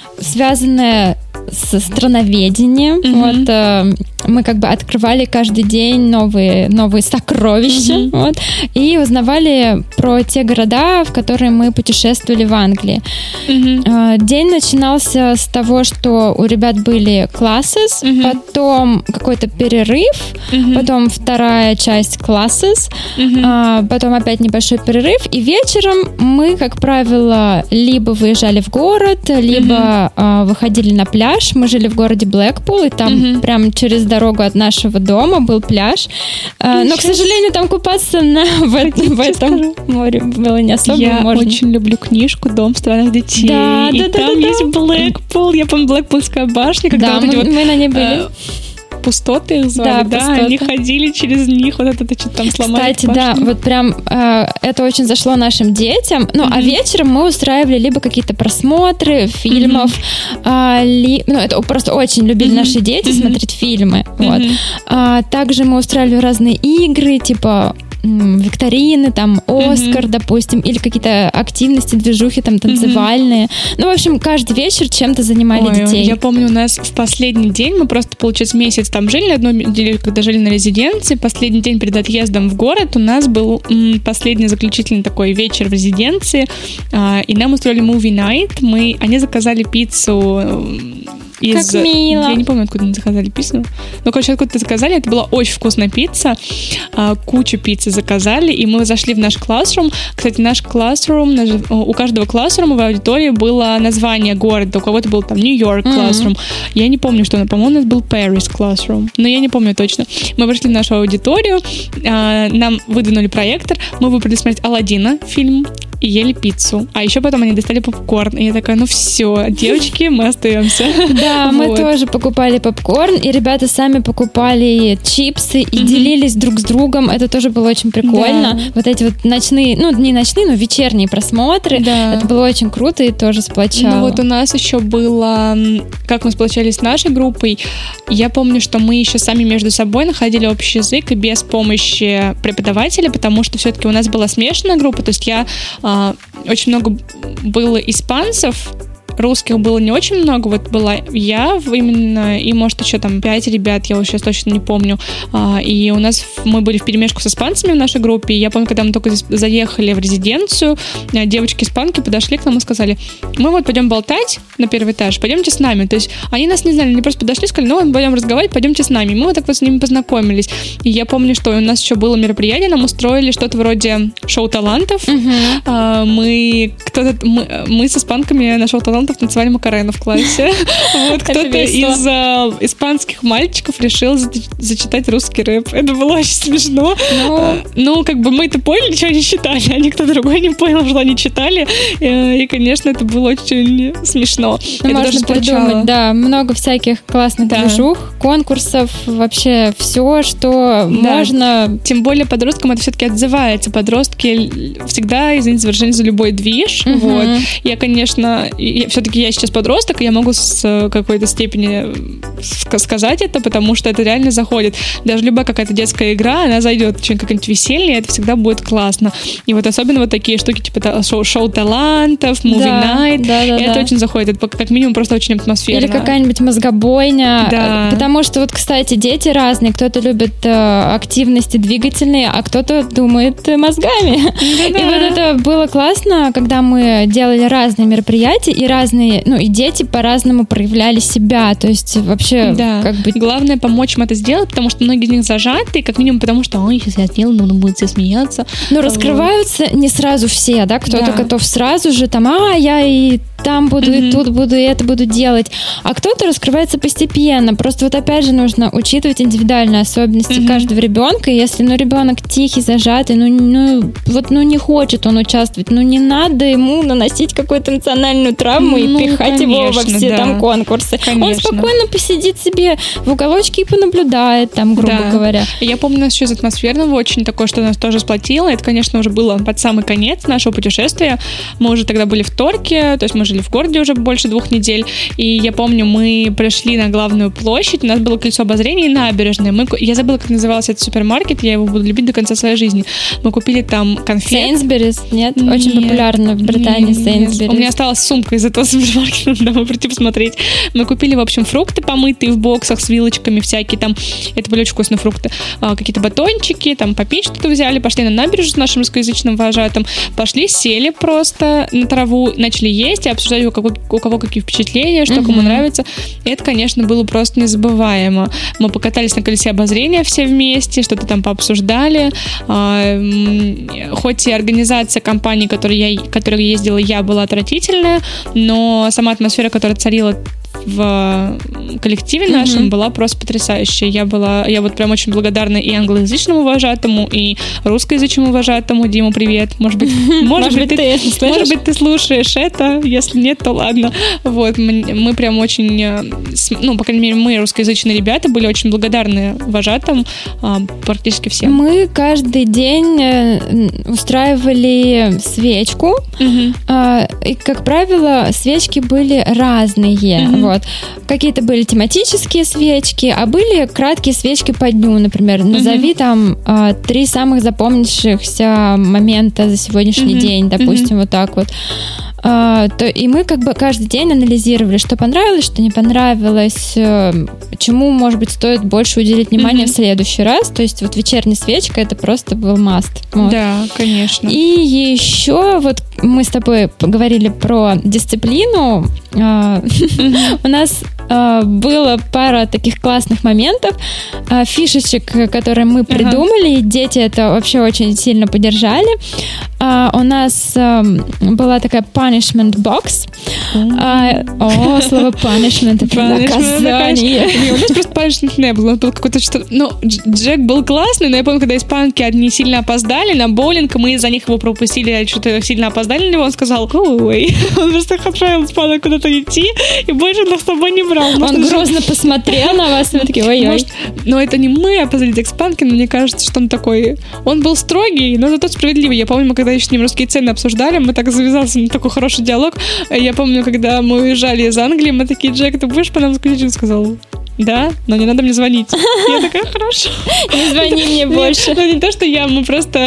связанная с страноведением. Mm-hmm. Вот, э, мы как бы открывали каждый день новые, новые сокровища, mm-hmm. вот, и узнавали про те города, в которые мы путешествовали в Англии. Mm-hmm. Э, день начинался с того, что у ребят были classes, mm-hmm. потом какой-то перерыв, mm-hmm. потом вторая часть classes, mm-hmm. э, потом опять небольшой перерыв, и вечером мы, как правило, либо выезжали в город, либо mm-hmm. э, выходили на пляж. Мы жили в городе Блэкпул, и там mm-hmm. прям через дорогу от нашего дома был пляж. А, но, к сожалению, там купаться на, в, в этом море было не особо Я можно. Я очень люблю книжку «Дом странных детей». Да, и да, там да, есть да. Блэкпул. Я помню, Блэкпулская башня. Когда да, вот мы, вот, мы на ней были. Э, пустоты их звали, Да, да? пустоты. Они ходили через них, вот это что-то там сломали. Кстати, да, вот прям э, это очень зашло нашим детям. Ну, mm-hmm. а вечером мы устраивали либо какие-то просмотры фильмов, mm-hmm. э, ли, ну, это просто очень любили mm-hmm. наши дети mm-hmm. смотреть фильмы. Mm-hmm. Вот. А, также мы устраивали разные игры, типа викторины, там, Оскар, mm-hmm. допустим, или какие-то активности, движухи там танцевальные. Mm-hmm. Ну, в общем, каждый вечер чем-то занимали Ой, детей. Я помню, у нас в последний день, мы просто, получается, месяц там жили, одну неделю, когда жили на резиденции, последний день перед отъездом в город у нас был м, последний заключительный такой вечер в резиденции, а, и нам устроили movie night. Мы, они заказали пиццу из... Как мило. Я не помню, откуда они заказали пиццу. Ну, короче, откуда-то заказали. Это была очень вкусная пицца. А, кучу пиццы заказали, и мы зашли в наш классрум. Кстати, наш классрум, наш, у каждого классрума в аудитории было название города. У кого-то был там Нью-Йорк классрум. Mm-hmm. Я не помню, что, по-моему, у нас был Paris классрум. Но я не помню точно. Мы вошли в нашу аудиторию, а, нам выдвинули проектор, мы выбрали смотреть Аладдина фильм и ели пиццу. А еще потом они достали попкорн. И я такая, ну все, девочки, мы остаемся. Да, мы вот. тоже покупали попкорн, и ребята сами покупали чипсы и mm-hmm. делились друг с другом. Это тоже было очень прикольно. Да. Вот эти вот ночные, ну не ночные, но вечерние просмотры. Да. Это было очень круто и тоже сплочало. Ну вот у нас еще было, как мы сплочались с нашей группой. Я помню, что мы еще сами между собой находили общий язык и без помощи преподавателя, потому что все-таки у нас была смешанная группа. То есть я а, очень много было испанцев, русских было не очень много, вот была я именно, и, может, еще там пять ребят, я вот сейчас точно не помню, а, и у нас, мы были вперемешку с испанцами в нашей группе, и я помню, когда мы только заехали в резиденцию, девочки-испанки подошли к нам и сказали, мы вот пойдем болтать на первый этаж, пойдемте с нами, то есть они нас не знали, они просто подошли и сказали, ну, мы пойдем разговаривать, пойдемте с нами, и мы вот так вот с ними познакомились, и я помню, что у нас еще было мероприятие, нам устроили что-то вроде шоу талантов, uh-huh. а, мы, кто-то, мы, мы с испанками на шоу талантов танцевали Макарену в классе. Вот кто-то из а, испанских мальчиков решил зачитать русский рэп. Это было очень смешно. Ну, ну как бы мы-то поняли, что они читали, а никто другой не понял, что они читали. И, и конечно, это было очень смешно. Ну, это можно придумать, да, много всяких классных да. движух, конкурсов, вообще все, что да. можно. Тем более подросткам это все-таки отзывается. Подростки всегда, извините за выражение, за любой движ. Uh-huh. Вот. Я, конечно, я, все-таки я сейчас подросток, и я могу с какой-то степени сказать это, потому что это реально заходит. Даже любая какая-то детская игра, она зайдет, чем какое-нибудь веселье, это всегда будет классно. И вот особенно вот такие штуки, типа шоу, шоу талантов, movie да, night, да, да, это да. очень заходит. Это как минимум просто очень атмосферно. Или какая-нибудь мозгобойня. Да. Потому что вот, кстати, дети разные. Кто-то любит э, активности двигательные, а кто-то думает мозгами. Да-да. И вот это было классно, когда мы делали разные мероприятия, и разные, ну, и дети по-разному проявляли себя, то есть вообще да. как бы... Главное помочь им это сделать, потому что многие из них зажаты, как минимум потому что, ой, сейчас я сделаю, но он будет все смеяться. Но раскрываются не сразу все, да, кто-то да. готов сразу же, там, а, я и там буду, mm-hmm. и тут буду, и это буду делать, а кто-то раскрывается постепенно, просто вот опять же нужно учитывать индивидуальные особенности mm-hmm. каждого ребенка, и если, ну, ребенок тихий, зажатый, ну, ну, вот, ну, не хочет он участвовать, ну, не надо ему наносить какую-то эмоциональную травму и ну, пихать конечно, его во все да. там конкурсы. Конечно. Он спокойно посидит себе в уголочке и понаблюдает там, грубо да. говоря. Я помню, у нас еще из атмосферного очень такое, что нас тоже сплотило. Это, конечно, уже было под самый конец нашего путешествия. Мы уже тогда были в Торке, то есть мы жили в городе уже больше двух недель. И я помню, мы пришли на главную площадь, у нас было кольцо обозрения и набережная. Мы, я забыла, как назывался этот супермаркет, я его буду любить до конца своей жизни. Мы купили там конфет. Сейнсберис, нет? нет? Очень популярно в Британии Сейнсберис. У меня осталась сумка из этого супермаркета, надо прийти посмотреть. Мы купили, в общем, фрукты помытые в боксах с вилочками всякие, там, это были очень вкусные фрукты, а, какие-то батончики, там, попить что-то взяли, пошли на набережную с нашим русскоязычным вожатым, пошли, сели просто на траву, начали есть и обсуждать, у кого, у кого какие впечатления, что uh-huh. кому нравится. И это, конечно, было просто незабываемо. Мы покатались на колесе обозрения все вместе, что-то там пообсуждали. А, хоть и организация компании, которой я, которой ездила я, была отвратительная, но сама атмосфера, которая царила в коллективе нашем mm-hmm. была просто потрясающая. Я была, я вот прям очень благодарна и англоязычному вожатому, и русскоязычному вожатому. Дима, привет. Может быть, может быть, ты, может быть, ты слушаешь это. Если нет, то ладно. Вот, мы, мы прям очень, ну, по крайней мере, мы, русскоязычные ребята, были очень благодарны вожатым практически всем. Мы каждый день устраивали свечку, mm-hmm. и, как правило, свечки были разные. Mm-hmm. Вот. Какие-то были тематические свечки, а были краткие свечки по дню, например. Назови mm-hmm. там а, три самых запомнившихся момента за сегодняшний mm-hmm. день, допустим, mm-hmm. вот так вот. А, то, и мы как бы каждый день анализировали, что понравилось, что не понравилось, чему, может быть, стоит больше уделить внимание mm-hmm. в следующий раз. То есть вот вечерняя свечка — это просто был must. Вот. Да, конечно. И еще вот мы с тобой поговорили про дисциплину. Mm-hmm. У нас было пара таких классных моментов, фишечек, которые мы придумали, uh-huh. дети это вообще очень сильно поддержали. У нас была такая punishment box. Mm-hmm. О, слово punishment — это наказание. У нас просто punishment не было. Был какой-то что-то... Ну, Джек был классный, но я помню, когда испанки одни сильно опоздали на боулинг, мы за них его пропустили, что-то сильно опоздали на него, он сказал go away. Он просто отправил испанок куда-то идти, и больше нас с тобой не брал. Он Может, грозно уже... посмотрел на вас, и мы такие, ой-ой. Может, но это не мы опоздали Джек Спанки, но мне кажется, что он такой... Он был строгий, но зато справедливый. Я помню, мы когда еще с ним русские цены обсуждали, мы так завязался на такой хороший диалог. Я помню, когда мы уезжали из Англии, мы такие: Джек, ты будешь по нам скучать? Он сказал: да, но не надо мне звонить. Я такая: хорошо. Не звони мне больше. Ну, не то, что я, мы просто...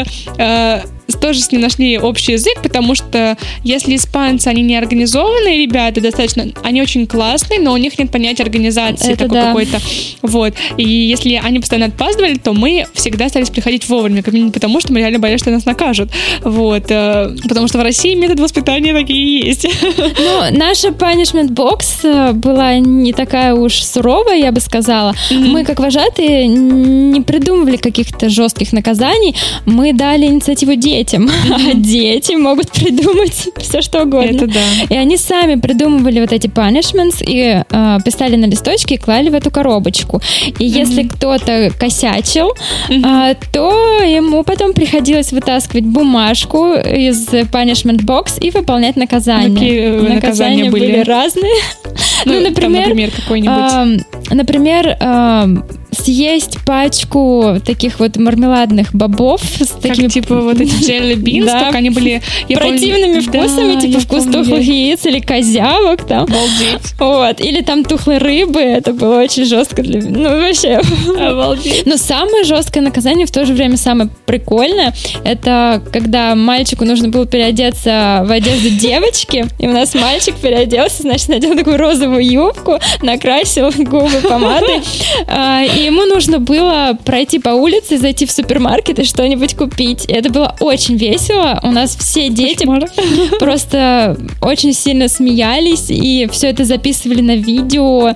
тоже с ним нашли общий язык, потому что если испанцы, они не организованные ребята, достаточно, они очень классные, но у них нет понятия организации это такой да. какой-то. Вот. И если они постоянно отпаздывали, то мы всегда старались приходить вовремя, как минимум потому, что мы реально боялись, что нас накажут. Вот. Потому что в России методы воспитания такие есть. Ну, наша punishment box была не такая уж суровая, я бы сказала. Mm-hmm. Мы, как вожатые, не придумывали каких-то жестких наказаний. Мы дали инициативу детям. Детям. Mm-hmm. А дети могут придумать все, что угодно. Это да. И они сами придумывали вот эти punishments и э, писали на листочке и клали в эту коробочку. И mm-hmm. если кто-то косячил, mm-hmm. э, то ему потом приходилось вытаскивать бумажку из punishment box и выполнять наказание. Какие наказания, наказания были? были разные. Ну, ну, например, там, например, какой-нибудь. Э, например, э, съесть пачку таких вот мармеладных бобов с как такими... типа вот эти jelly beans, да. Только они были... противными помню... вкусами, да, типа вкус помню. тухлых яиц или козявок там. Обалдеть. Вот. Или там тухлой рыбы. Это было очень жестко для меня. Ну, вообще. Обалдеть. Но самое жесткое наказание, в то же время самое прикольное, это когда мальчику нужно было переодеться в одежду девочки, и у нас мальчик переоделся, значит, надел такую розовую юбку, накрасил губы помадой, и ему нужно было пройти по улице, зайти в супермаркет и что-нибудь купить. И это было очень весело. У нас все дети Кошмар. просто очень сильно смеялись, и все это записывали на видео.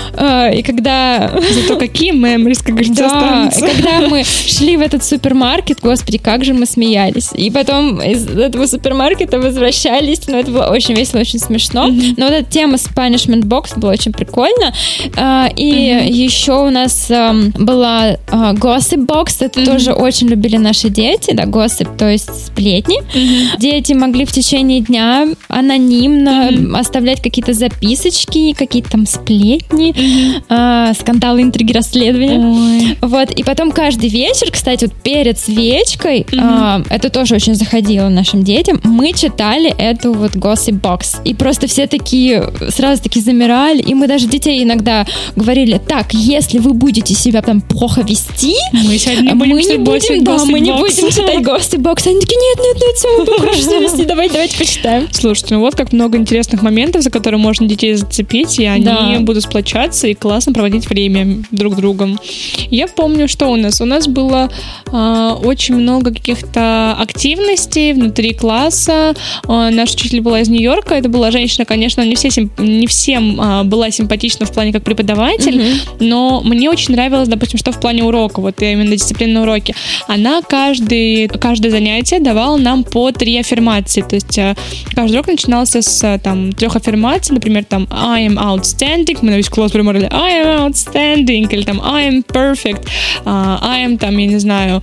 И когда... Зато какие меморис, как говорится, да, останутся. И когда мы шли в этот супермаркет, господи, как же мы смеялись. И потом из этого супермаркета возвращались. Но это было очень весело, очень смешно. Mm-hmm. Но вот эта тема с punishment box была очень прикольно. И mm-hmm. еще у нас была gossip box. Это mm-hmm. тоже очень любили наши дети. Да, gossip, то есть сплетни. Mm-hmm. Дети могли в течение дня анонимно mm-hmm. оставлять какие-то записочки, какие-то там сплетни, mm-hmm. а, скандалы, интриги, расследования. Ой. Вот. И потом каждый вечер, кстати, вот перед свечкой, mm-hmm. а, это тоже очень заходило нашим детям, мы читали эту вот gossip box. И просто все такие, сразу таки замирали. И мы даже детей иногда говорили: так, если вы будете себя там плохо вести, мы сегодня мы будем не читать будем, да, gossip мы не box. будем читать gossip box. Они такие: нет, нет, нет, все, мы будем хорошо себя вести. Давайте, давайте почитаем. Слушайте, ну вот как много интересных моментов, за которые можно детей зацепить, и они да. будут сплочаться и классно проводить время друг с другом. Я помню, что у нас. У нас было э, очень много каких-то активностей внутри класса. Э, наш учитель была из Нью-Йорка. Это была женщина, конечно, не, все, не всем э, была симпатична в плане как преподаватель, mm-hmm. но мне очень очень нравилось, допустим, что в плане урока, вот именно дисциплины на уроке. Она каждый, каждое занятие давала нам по три аффирмации. То есть каждый урок начинался с там, трех аффирмаций, например, там I am outstanding, мы на весь класс примерили I am outstanding, или там I am perfect, uh, I am, там, я не знаю,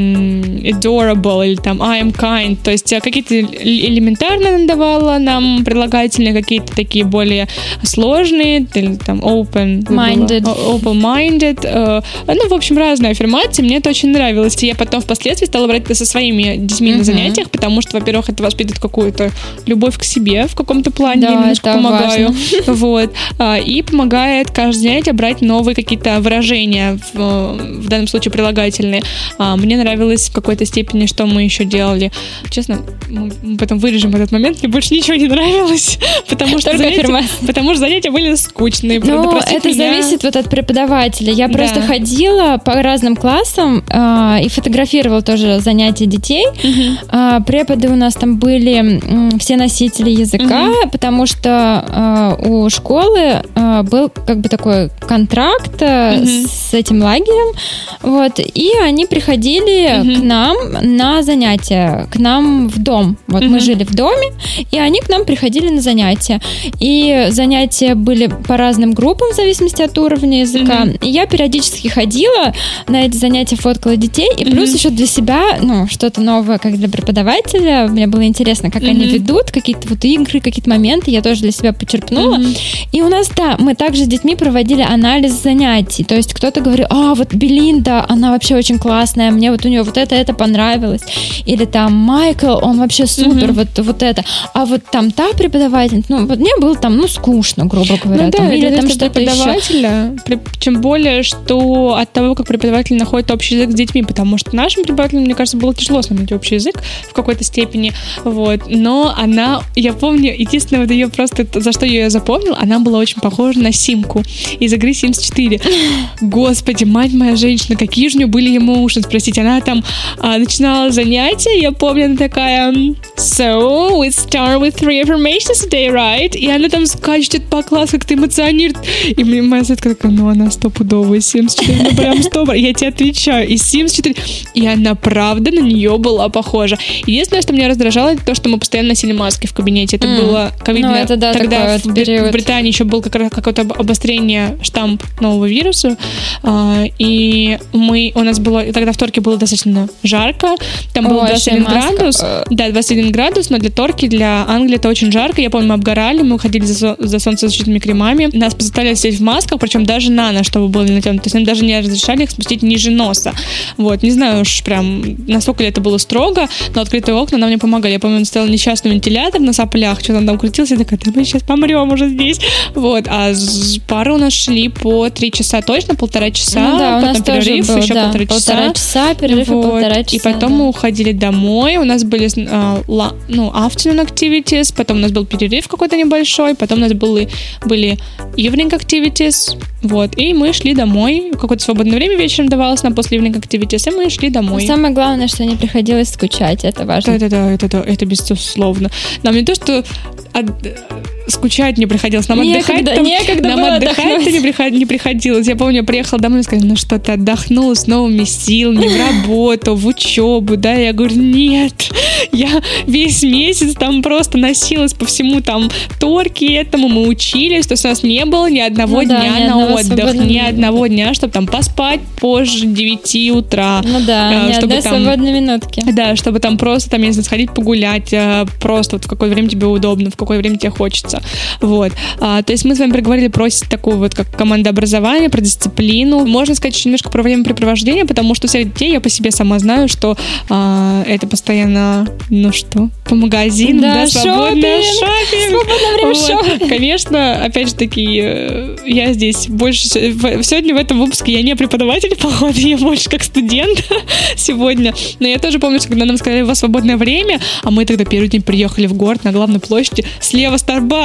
adorable, или там I am kind. То есть какие-то элементарно она давала нам прилагательные, какие-то такие более сложные, или там open-minded, open-minded. Uh, ну, в общем, разные аффирмации. Мне это очень нравилось. И я потом впоследствии стала брать это со своими детьми mm-hmm. на занятиях, потому что, во-первых, это воспитывает какую-то любовь к себе в каком-то плане, да, я немножко помогаю. Важно. Вот. И помогает каждое занятие брать новые какие-то выражения, в, в данном случае прилагательные. Мне нравилось в какой-то степени, что мы еще делали. Честно, мы потом вырежем этот момент, мне больше ничего не нравилось, потому что, занятия, потому что занятия были скучные. Ну, это меня. Зависит вот от преподавателя. Я да. просто ходила по разным классам э, и фотографировала тоже занятия детей. Uh-huh. Э, преподы у нас там были э, все носители языка, uh-huh. потому что э, у школы э, был как бы такой контракт э, uh-huh. с этим лагерем, вот, и они приходили uh-huh. к нам на занятия, к нам в дом. Вот uh-huh. мы жили в доме, и они к нам приходили на занятия. И занятия были по разным группам в зависимости от уровня языка. Uh-huh. И я периодически ходила на эти занятия, фоткала детей, и плюс uh-huh. еще для себя, ну, что-то новое, как для преподавателя. Мне было интересно, как uh-huh. они ведут, какие-то вот игры, какие-то моменты я тоже для себя почерпнула. Uh-huh. И у нас, да, мы также с детьми проводили анализ занятий. То есть кто-то говорил, а, вот Белинда, она вообще очень классная, мне вот у нее вот это, это понравилось. Или там Майкл, он вообще супер, uh-huh. вот, вот это. А вот там та преподаватель, ну, вот мне было там, ну, скучно, грубо говоря. Ну, там, да, или там что-то преподавателя, еще. Чем более, что от того, как преподаватель находит общий язык с детьми, потому что нашим преподавателям, мне кажется, было тяжело с нами найти общий язык в какой-то степени, вот, но она, я помню, единственное, вот ее просто, за что я ее запомнила, она была очень похожа на Симку из игры Симс четыре. Господи, мать моя женщина, какие же у нее были emotions, простите, она там а, начинала занятия, я помню, она такая so, we start with three affirmations today, right? И она там скачет по классу, как-то эмоционирует, и моя соседка такая, ну она стопудовая, Симс четыре, ну прям стоп, я тебе отвечаю, из Симс четыре, и она правда на нее была похожа. Единственное, что меня раздражало, это то, что мы постоянно носили маски в кабинете, это mm. было ковидно, ну, это, да, тогда в, в Британии еще было как раз какое-то обострение штамп нового вируса, а, и мы, у нас было, тогда в Торке было достаточно жарко, там было двадцать один градус, да, двадцать один градус, но для Торки, для Англии это очень жарко, я помню, мы обгорали, мы ходили за, за солнцезащитными кремами, нас заставляли сидеть в масках, причем даже на нос, чтобы было натянуто, то есть нам даже не разрешали их спустить ниже носа, вот, не знаю уж прям, насколько ли это было строго, но открытые окна нам не помогали, я помню, он стоял несчастный вентилятор на соплях, что-то он там крутился, я такая, да мы сейчас помрем уже здесь, вот, а пары у нас шли по три часа точно, полтора часа, ну, да, потом перерыв, был, еще да, полтора часа, полтора часа, перерыв вот, и полтора часа, и потом да. мы уходили домой, у нас были, uh, la, ну, afternoon activities, потом у нас был перерыв какой-то небольшой, потом у нас были, были evening activities, вот, и мы шли домой, какое-то свободное время вечером давалось нам после evening activities, и мы шли домой. Самое главное, что не приходилось скучать, это важно. Да-да-да, это, это, это безусловно. Нам не то, что от... скучать не приходилось, нам некогда, отдыхать там, некогда нам отдыхать не, приход, не приходилось. Я помню, я приехала домой и сказала, ну что, ты отдохнула с новыми силами в работу, в учебу, да? Я говорю, нет, я весь месяц там просто носилась по всему там Торке этому, мы учились, то есть у нас не было ни одного ну, дня да, ни на отдых, ни одного дня, чтобы там поспать позже девяти утра. Ну да, ни чтобы одной там, свободной минутки. Да, чтобы там просто, там, если сходить погулять, просто вот в какое время тебе удобно, в какое время тебе хочется. Вот. А, то есть мы с вами проговорили про такую вот как командообразование, про дисциплину. Можно сказать еще немножко про времяпрепровождение, потому что у всех детей я по себе сама знаю, что а, это постоянно, ну что, по магазинам, да, да свободное шопинг. Свободное время вот. шопинг. Конечно, опять же таки, я здесь больше... Сегодня в этом выпуске я не преподаватель, походу, я больше как студент сегодня. Но я тоже помню, что когда нам сказали, у вас свободное время, а мы тогда первый день приехали в город на главной площади, слева Starbucks,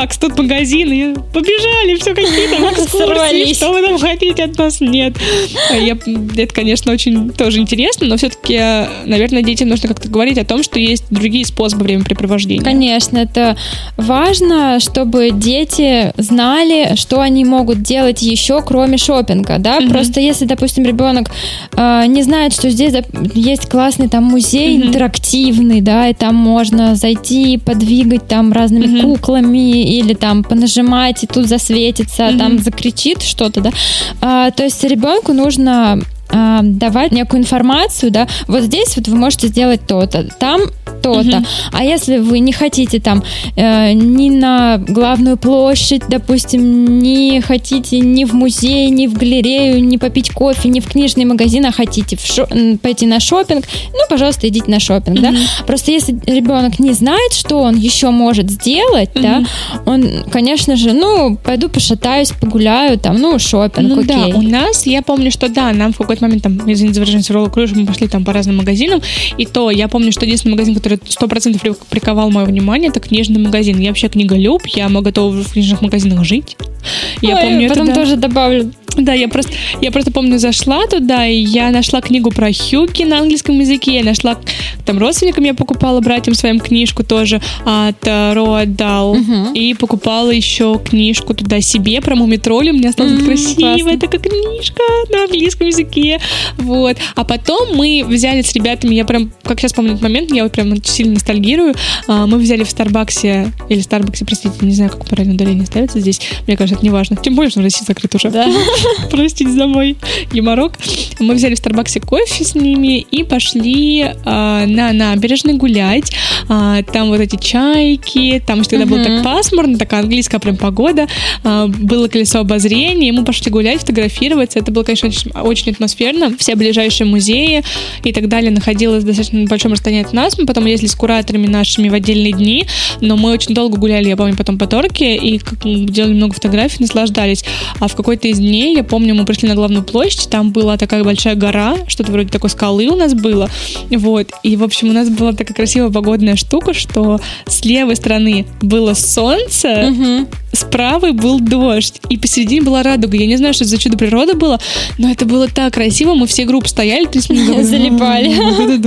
Макс, тут магазин, и побежали, все какие там экскурсии, что вы там хотите от нас? Нет. Я, это, конечно, очень тоже интересно, но все-таки, наверное, детям нужно как-то говорить о том, что есть другие способы времяпрепровождения. Конечно, это важно, чтобы дети знали, что они могут делать еще, кроме шопинга, да, mm-hmm. просто если, допустим, ребенок э, не знает, что здесь есть классный там музей mm-hmm. интерактивный, да, и там можно зайти, подвигать там разными mm-hmm. куклами или там понажимать, и тут засветится, mm-hmm. там закричит что-то, да, а, то есть ребенку нужно а, давать некую информацию, да, вот здесь вот вы можете сделать то-то, там то-то, uh-huh. а если вы не хотите там э, ни на главную площадь, допустим, не хотите ни в музей, ни в галерею, ни попить кофе, ни в книжный магазин, а хотите в шо- пойти на шопинг, ну, пожалуйста, идите на шопинг, uh-huh. да, просто если ребенок не знает, что он еще может сделать, uh-huh. да, он, конечно же, ну, пойду пошатаюсь, погуляю, там, ну, шопинг, ну, окей. Да, у нас, я помню, что да, нам в какой-то момент, там, извините за выражение, сорвало крышу, мы пошли там по разным магазинам, и то я помню, что единственный магазин, который сто процентов приковал мое внимание, это книжный магазин. Я вообще книголюб, я готова в книжных магазинах жить. Я Ой, помню, потом туда... тоже добавлю. Да, я просто, я просто помню, зашла туда, и я нашла книгу про Хьюги на английском языке, я нашла, там, родственникам я покупала, братьям своим книжку тоже от Роальд Дал, uh-huh. и покупала еще книжку туда себе про Мумитролли, у меня осталась mm-hmm, красивая такая книжка на английском языке, вот. А потом мы взяли с ребятами, я прям, как сейчас помню этот момент, я вот прям сильно ностальгирую, мы взяли в Старбаксе, или Старбаксе, простите, не знаю, как правильно ударение ставится здесь, мне кажется, это не важно, тем более, что в России закрыт уже. Да. Простите за мой юморок. Мы взяли в Старбаксе кофе с ними и пошли э, на набережной гулять. Э, там вот эти чайки, там еще тогда uh-huh. было так пасмурно, такая английская прям погода. Э, было колесо обозрения, и мы пошли гулять, фотографироваться. Это было, конечно, очень, очень атмосферно. Все ближайшие музеи и так далее находилось достаточно на большом расстоянии от нас. Мы потом ездили с кураторами нашими в отдельные дни, но мы очень долго гуляли, я помню, потом по Торке, и делали много фотографий, наслаждались. А в какой-то из дней, я помню, мы пришли на главную площадь, там была такая большая гора, что-то вроде такой скалы у нас было, вот, и, в общем, у нас была такая красивая погодная штука, что с левой стороны было солнце, угу. с правой был дождь, и посередине была радуга. Я не знаю, что это за чудо природы было, но это было так красиво, мы все группы стояли, тридцать минут залипали.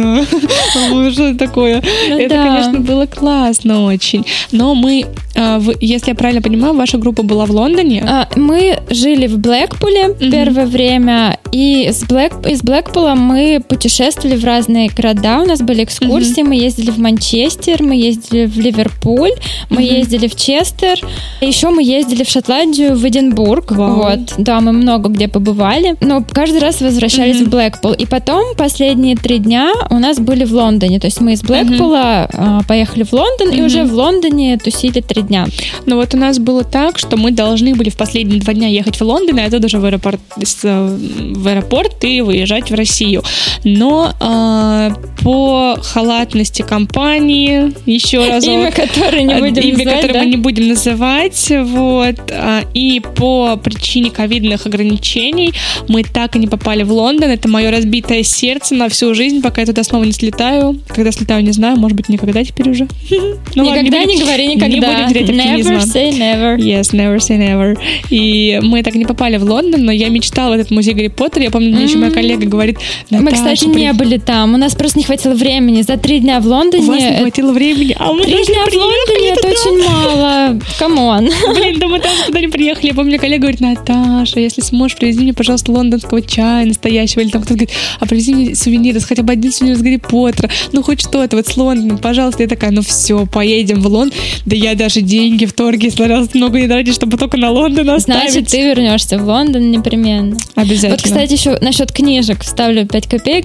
Да-да-да. Что это такое? Это, конечно, было классно очень, но мы, если я правильно понимаю, ваша группа была в Лондоне? Мы жили в Блэкпуле mm-hmm. первое время, и из, Блэк, из Блэкпула мы путешествовали в разные города, у нас были экскурсии, mm-hmm. мы ездили в Манчестер, мы ездили в Ливерпуль, мы mm-hmm. ездили в Честер, еще мы ездили в Шотландию, в Эдинбург, wow. вот, да, мы много где побывали, но каждый раз возвращались mm-hmm. в Блэкпул, и потом последние три дня у нас были в Лондоне, то есть мы из Блэкпула mm-hmm. поехали в Лондон, mm-hmm. и уже в Лондоне тусили три дня. Ну вот у нас было так, что мы должны были в последние два дня ехать в Лондон, и оттуда уже в аэропорт, в аэропорт и выезжать в Россию. Но э, по халатности компании, еще разок, имя которое не будем имя, называть, которое да? мы не будем называть, вот, э, и по причине ковидных ограничений мы так и не попали в Лондон. Это мое разбитое сердце на всю жизнь, пока я туда снова не слетаю. Когда слетаю, не знаю, может быть, никогда теперь уже. Никогда не говори никогда. Never say never. Yes, never say never. И мы так и не попали в Лондон, но я мечтала в этот музей Гарри Поттера. Я помню, мне mm-hmm. еще моя коллега говорит: мы, кстати, при... не были там. У нас просто не хватило времени. За три дня в Лондоне... У вас не хватило времени, а мы Три дня в Лондоне — это очень мало. Камон. Блин, да мы там туда не приехали. Я помню, коллега говорит: Наташа, если сможешь, привези мне, пожалуйста, лондонского чая настоящего. Или там кто-то говорит: а привези мне сувениры, хотя бы один сувенир с Гарри Поттера. Ну, хоть что-то вот с Лондоном, пожалуйста. Я такая: ну все, поедем в Лондон. Да я даже деньги в торге старалась много не тратить, чтобы только на Лондон оставить. Значит, ты вернешься в Лондон непременно. Обязательно. Вот, кстати, еще насчет книжек вставлю пять копеек.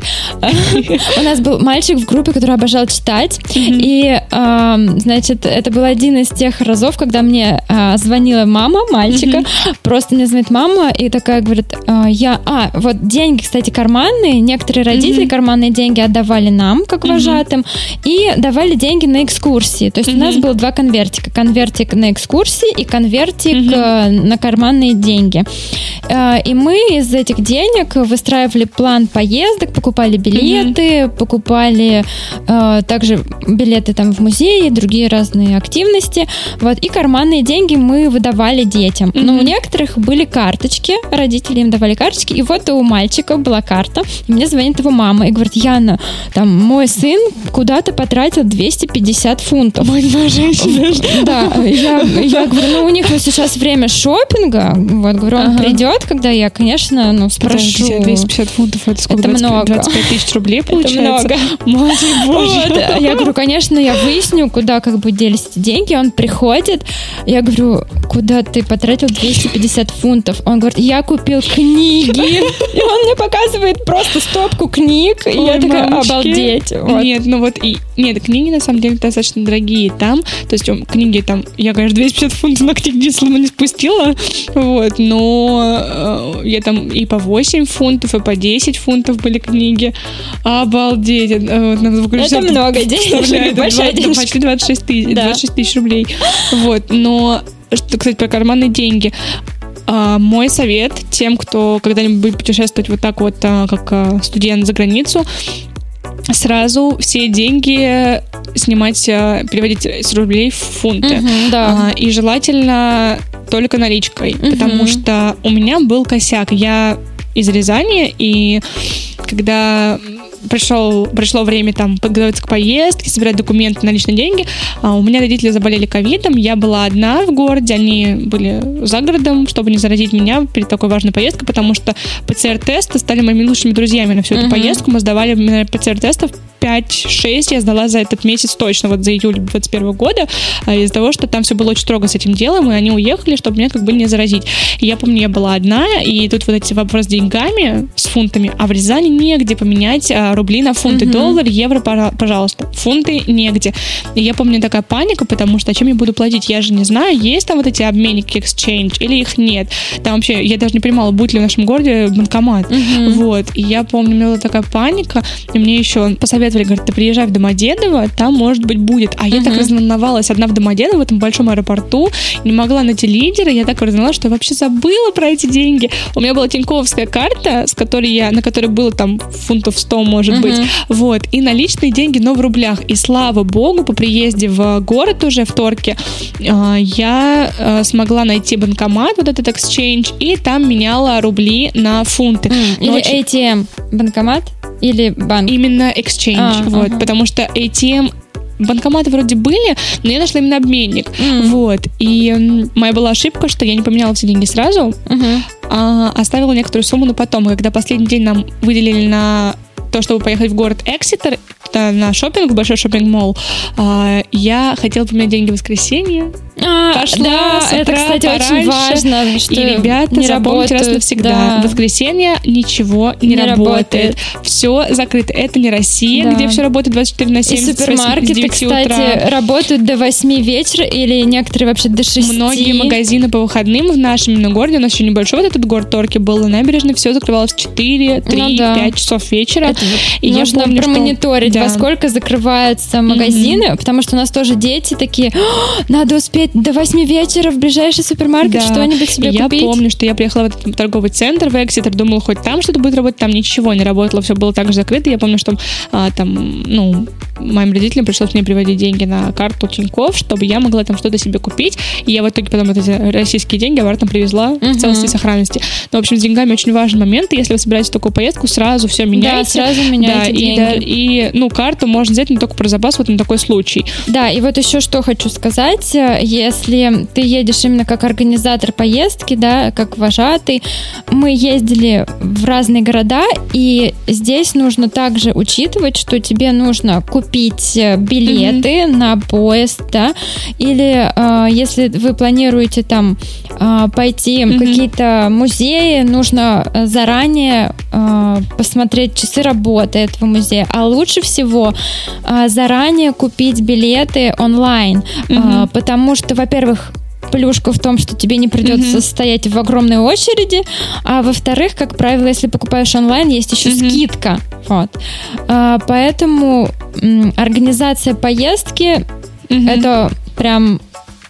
У нас был мальчик в группе, который обожал читать. И, значит, это был один из тех разов, когда мне звонила мама мальчика. Просто мне звонит мама и такая говорит: я... А, вот деньги, кстати, карманные. Некоторые родители карманные деньги отдавали нам, как вожатым, и давали деньги на экскурсии. То есть у нас было два конвертика. Конвертик на экскурсии и конвертик mm-hmm. на карманные деньги. И мы из этих денег выстраивали план поездок, покупали билеты, mm-hmm. покупали также билеты там в музеи, другие разные активности. Вот. И карманные деньги деньги мы выдавали детям. Mm-hmm. Но у некоторых были карточки, родители им давали карточки, и вот у мальчика была карта, и мне звонит его мама и говорит: Яна, там, мой сын куда-то потратил двести пятьдесят фунтов. Мать моя женщина. Да, я, я говорю, ну, у них сейчас время шопинга, вот, говорю, он ага. придет, когда я, конечно, ну, спрошу. двести пятьдесят фунтов, это сколько? Это много. двадцать пять тысяч рублей получается? Это много. Мать боже. Вот. Я говорю, конечно, я выясню, куда как бы делись эти деньги. Он приходит, я говорю, куда ты потратил двести пятьдесят фунтов? Он говорит, я купил книги. И он мне показывает просто стопку книг. И я такая, обалдеть. Вот. Нет, ну вот, и, нет, книги на самом деле достаточно дорогие там. То есть книги там, я, конечно, двести пятьдесят фунтов на книги слова не спустила. Вот, но э, я там и по восемь фунтов, и по десять фунтов были книги. Обалдеть. Это много денег. Большая денежка. Почти двадцать шесть тысяч, двадцать шесть тысяч рублей. Вот, но, кстати, про карманные деньги. А, мой совет тем, кто когда-нибудь будет путешествовать вот так вот, а, как а, студент за границу, сразу все деньги снимать, а, переводить с рублей в фунты. Uh-huh, да. а, и желательно только наличкой, uh-huh. потому что у меня был косяк. Я из Рязани, и когда пришел, пришло время там подготовиться к поездке, собирать документы на личные деньги, а у меня родители заболели ковидом, я была одна в городе, они были за городом, чтобы не заразить меня перед такой важной поездкой, потому что ПЦР-тесты стали моими лучшими друзьями на всю эту uh-huh. поездку. Мы сдавали ПЦР-тестов пять-шесть я сдала за этот месяц точно, вот за июль двадцать первого года, из-за того, что там все было очень строго с этим делом, и они уехали, чтобы меня как бы не заразить. И я помню, я была одна, и тут вот эти вопросы с деньгами, с фунтами, а в Рязани негде поменять а, рубли на фунты, mm-hmm. доллар, евро, пожалуйста. Фунты негде. И я помню, такая паника, потому что о чем я буду платить? Я же не знаю, есть там вот эти обменники, exchange, или их нет. Там вообще, я даже не понимала, будет ли в нашем городе банкомат. Mm-hmm. Вот. И я помню, у меня была такая паника, и мне еще посоветовали, говорят, ты приезжай в Домодедово, там, может быть, будет. А uh-huh. я так разноволновалась одна в Домодедово, в этом большом аэропорту, не могла найти лидера, я так разноволновалась, что я вообще забыла про эти деньги. У меня была тиньковская карта, с которой я, на которой было там фунтов сто, может uh-huh. быть, вот, и наличные деньги, но в рублях. И слава богу, по приезде в город уже, в Торке, я смогла найти банкомат, вот этот exchange, и там меняла рубли на фунты. Mm. Или очень... эй ти эм банкомат? Или банк? Именно exchange, а, вот, ага. потому что эй ти эм банкоматы вроде были, но я нашла именно обменник. Mm. Вот. И м, моя была ошибка, что я не поменяла все деньги сразу, uh-huh. а оставила некоторую сумму на потом. Когда последний день нам выделили на то, чтобы поехать в город Эксетер, на шопинг, в большой шопинг-молл, я хотела поменять деньги в воскресенье. А, Пошла да, с утра это, кстати, пораньше, очень важно, что и ребята, не запомните раз навсегда, да. в воскресенье ничего не, не работает. работает. Все закрыто. Это не Россия, да. где все работает двадцать четыре на семь. И супермаркеты, кстати, утра. работают до восьми вечера или некоторые вообще до шести. Многие магазины по выходным в нашем именно городе, у нас еще небольшой вот этот город Торки был, на набережной все закрывалось в четыре, три, ну, да. пять часов вечера. Это и нужно я помню, промониторить, что... да. во сколько закрываются магазины, mm-hmm. потому что у нас тоже дети такие, надо успеть до восьми вечера в ближайший супермаркет да. что-нибудь себе и купить. Я помню, что я приехала в этот торговый центр в Эксетер, думала, хоть там что-то будет работать, там ничего не работало, все было так же закрыто. Я помню, что а, там, ну, моим родителям пришлось мне приводить деньги на карту Тинькофф, чтобы я могла там что-то себе купить, и я в итоге потом вот эти российские деньги обратно привезла uh-huh. в целости и сохранности. Но, в общем, с деньгами очень важный момент, и если вы собираетесь в такую поездку, сразу все меняйте. Да, сразу меняйте да, деньги. И, да, и, ну, карту можно взять, но только про запас, вот на такой случай. Да, и вот еще что хочу сказать, если ты едешь именно как организатор поездки, да, как вожатый, мы ездили в разные города, и здесь нужно также учитывать, что тебе нужно купить билеты mm-hmm. на поезд, да, или э, если вы планируете там э, пойти mm-hmm. в какие-то музеи, нужно заранее э, посмотреть часы работы этого музея, а лучше всего э, заранее купить билеты онлайн, mm-hmm. э, потому что, во-первых, плюшка в том, что тебе не придется mm-hmm. стоять в огромной очереди, а во-вторых, как правило, если покупаешь онлайн, есть еще mm-hmm. скидка. Вот. А, поэтому м, организация поездки mm-hmm. это прям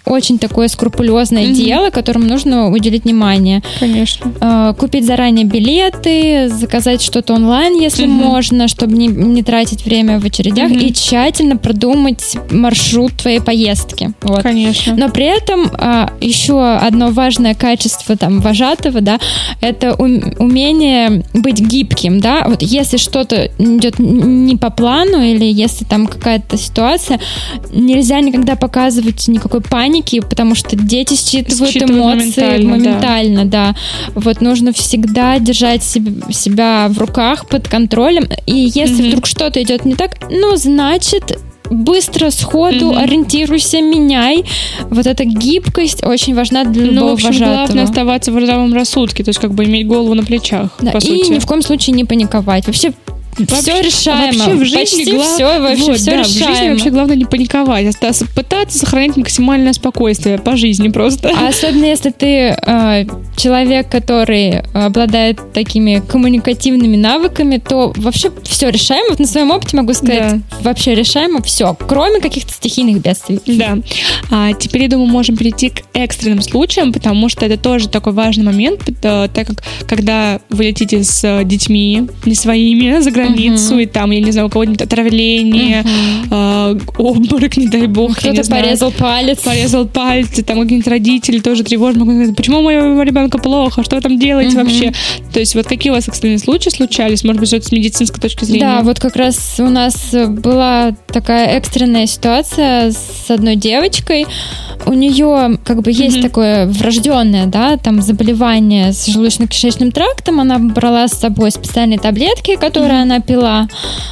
очень такое скрупулезное mm-hmm. дело, которому нужно уделить внимание. Конечно. Купить заранее билеты, заказать что-то онлайн, если mm-hmm. можно, чтобы не, не тратить время в очередях, mm-hmm. и тщательно продумать маршрут твоей поездки. Вот. Конечно. Но при этом еще одно важное качество там вожатого, да, это умение быть гибким, да, вот если что-то идет не по плану или если там какая-то ситуация, нельзя никогда показывать никакой паники, потому что дети считывают, считывают эмоции моментально, моментально да. да. Вот нужно всегда держать себя, себя в руках, под контролем, и если mm-hmm. вдруг что-то идет не так, ну, значит, быстро, сходу mm-hmm. ориентируйся, меняй. Вот эта гибкость очень важна для любого ну, в общем, вожатого. Главное оставаться в здравом рассудке, то есть как бы иметь голову на плечах, да, по и сути. ни в коем случае не паниковать. Вообще Вообще, все решаемо. Вообще в жизни Почти глав... все, вообще вот, все да, решаемо. В жизни вообще главное не паниковать, а пытаться сохранять максимальное спокойствие по жизни просто. А особенно если ты э, человек, который обладает такими коммуникативными навыками, то вообще все решаемо. Вот на своем опыте могу сказать, да. вообще решаемо все, кроме каких-то стихийных бедствий. Да. А теперь, я думаю, можем перейти к экстренным случаям, потому что это тоже такой важный момент, так как когда вы летите с детьми, не своими, за границу, границу, uh-huh. и там, я не знаю, у кого-нибудь отравление, uh-huh. э, обморок, не дай бог. Кто-то порезал палец. Порезал пальцы, там какие-нибудь родители тоже тревожно говорят, почему у моего ребенка плохо, что вы там делаете uh-huh. вообще? То есть вот какие у вас экстренные случаи случались? Может быть, что-то с медицинской точки зрения? Да, вот как раз у нас была такая экстренная ситуация с одной девочкой. У нее как бы есть uh-huh. такое врожденное, да, там заболевание с желудочно-кишечным трактом. Она брала с собой специальные таблетки, которые uh-huh. она пила.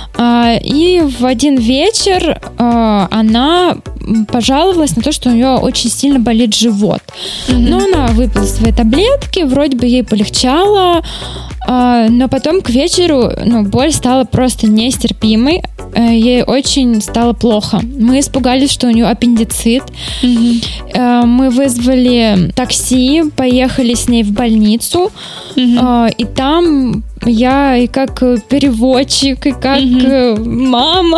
И в один вечер она пожаловалась на то, что у нее очень сильно болит живот. Uh-huh. Но она выпила свои таблетки, вроде бы ей полегчало, но потом к вечеру, ну, боль стала просто нестерпимой. Ей очень стало плохо. Мы испугались, что у нее аппендицит. Mm-hmm. Мы вызвали такси, поехали с ней в больницу. Mm-hmm. И там я и как переводчик, и как mm-hmm. мама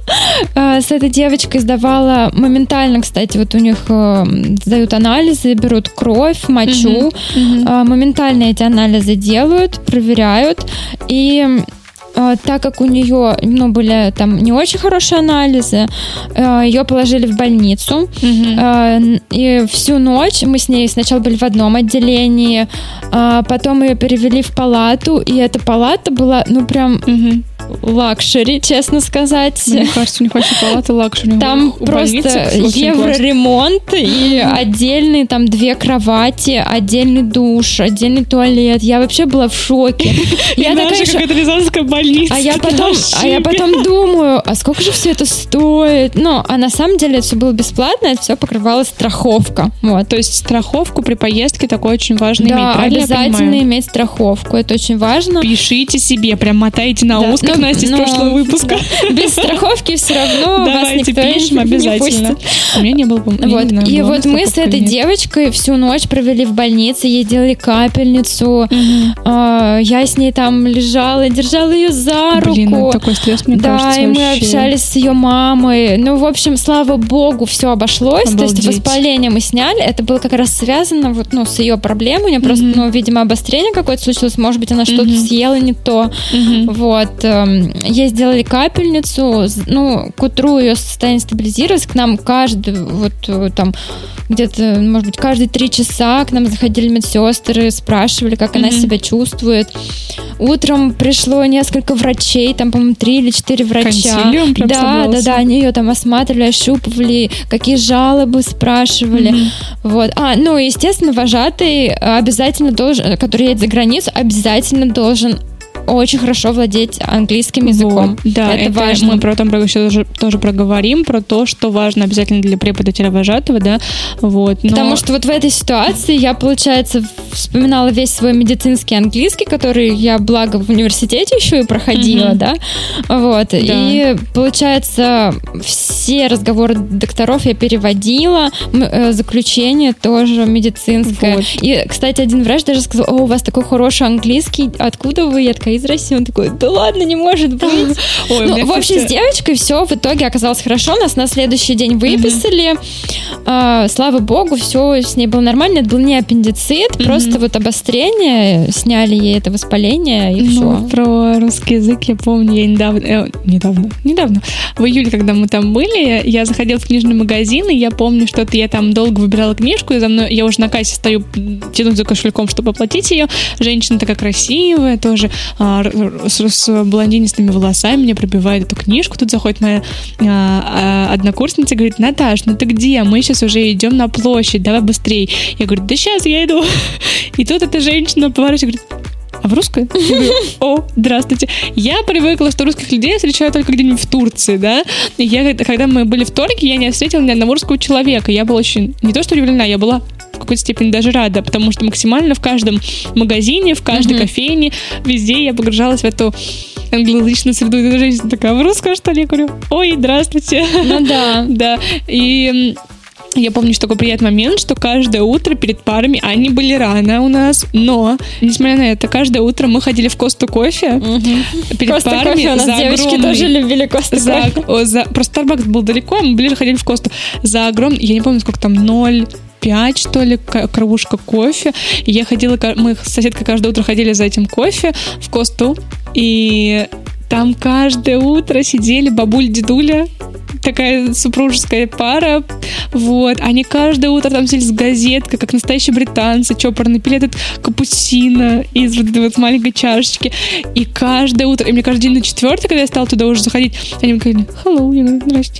с этой девочкой сдавала моментально, кстати, вот у них сдают анализы, берут кровь, мочу. Mm-hmm. Моментально эти анализы делают, проверяют. И так как у нее, ну, были там не очень хорошие анализы, ее положили в больницу. Mm-hmm. И всю ночь мы с ней сначала были в одном отделении, потом ее перевели в палату, и эта палата была, ну, прям... Mm-hmm. лакшери, честно сказать. Мне кажется, у них вообще палата лакшери. Там просто евроремонт и отдельные там две кровати, отдельный душ, отдельный туалет. Я вообще была в шоке. Я такая, как это рязанская больница. А я потом, а я потом думаю, а сколько же все это стоит? Ну, а на самом деле это все было бесплатно, это все покрывала страховка. Вот. То есть страховку при поездке такой очень важно да, иметь. Да, обязательно иметь страховку, это очень важно. Пишите себе, прям мотайте на ус, как Настя из прошлого выпуска. Без страховки все равно вас никто пишем, обязательно. У меня не было, вот. И вот мы с этой девочкой всю ночь провели в больнице, ей делали капельницу. Я с ней там лежала, держала ее за руку. Блин, такой стресс, мне кажется, да, и мы общались с ее мамой. Ну, в общем, слава богу, все обошлось. То есть воспаление мы сняли. Это было как раз связано вот, ну, с ее проблемой. У нее просто, ну, видимо, обострение какое-то случилось. Может быть, она что-то съела не то. Вот. Ей сделали капельницу, ну, к утру ее состояние стабилизировалось, к нам каждый, вот там, где-то, может быть, каждые три часа к нам заходили медсестры, спрашивали, как mm-hmm. она себя чувствует. Утром пришло несколько врачей, там, по-моему, три или четыре врача. Консилиум прям да, собрался. да, да, они ее там осматривали, ощупывали, какие жалобы спрашивали. Mm-hmm. Вот. А, ну, естественно, вожатый обязательно должен, который едет за границу, обязательно должен очень хорошо владеть английским языком. Вот, да, это, это важно. Мы про это тоже, тоже проговорим, про то, что важно обязательно для преподавателя-вожатого, да, вот. Но... Потому что вот в этой ситуации я, получается, вспоминала весь свой медицинский английский, который я, благо, в университете еще и проходила, mm-hmm. да, вот, да. И, получается, все разговоры докторов я переводила, заключение тоже медицинское. Вот. И, кстати, один врач даже сказал: о, у вас такой хороший английский, откуда вы? Я такая: из России. Он такой, да ладно, не может быть. Ой, ну, в общем, просто... с девочкой все в итоге оказалось хорошо. Нас на следующий день выписали. Mm-hmm. А, слава богу, все с ней было нормально. Это был не аппендицит, mm-hmm. просто вот обострение. Сняли ей это воспаление, и ну, все. Про русский язык я помню, я недавно, э, недавно, недавно, в июле, когда мы там были, я заходила в книжный магазин, и я помню, что я там долго выбирала книжку, и за мной, я уже на кассе стою, тянуть за кошельком, чтобы оплатить ее. Женщина такая красивая, тоже а, с, с блондинистыми волосами, мне пробивает эту книжку. Тут заходит моя а, а, однокурсница и говорит: Наташ, ну ты где? Мы сейчас уже идем на площадь, давай быстрей. Я говорю: да сейчас я иду. И тут эта женщина поворачивает и говорит: а в русской? Я говорю: о, здравствуйте. Я привыкла, что русских людей я встречаю только где-нибудь в Турции, да. И я, когда мы были в Торге, я не встретила ни одного русского человека. Я была очень, не то что удивлена, я была в какой-то степени даже рада, потому что максимально в каждом магазине, в каждой mm-hmm. кофейне, везде я погружалась в эту англоязычную среду. И эта женщина такая: в русском, что ли? Я говорю: ой, здравствуйте. Ну да. Да. И... я помню, что такой приятный момент, что каждое утро перед парами, они были рано у нас, но, несмотря на это, каждое утро мы ходили в Косту кофе угу. перед Коста парами. Кофе у нас за девочки огромный, тоже любили Косту за, кофе. О, за, просто Starbucks был далеко, мы ближе ходили в Косту. За огромный, я не помню, сколько там, ноль пять, что ли, кружка кофе. И я ходила, мы с соседкой каждое утро ходили за этим кофе в Косту, и там каждое утро сидели бабуль-дедуля, такая супружеская пара, вот, они каждое утро там сидели с газеткой, как настоящие британцы, чопорно пили этот капучино из вот этой вот маленькой чашечки, и каждое утро, и мне каждый день на четвертый, когда я стала туда уже заходить, они мне говорили: hello, я говорю: здрасте,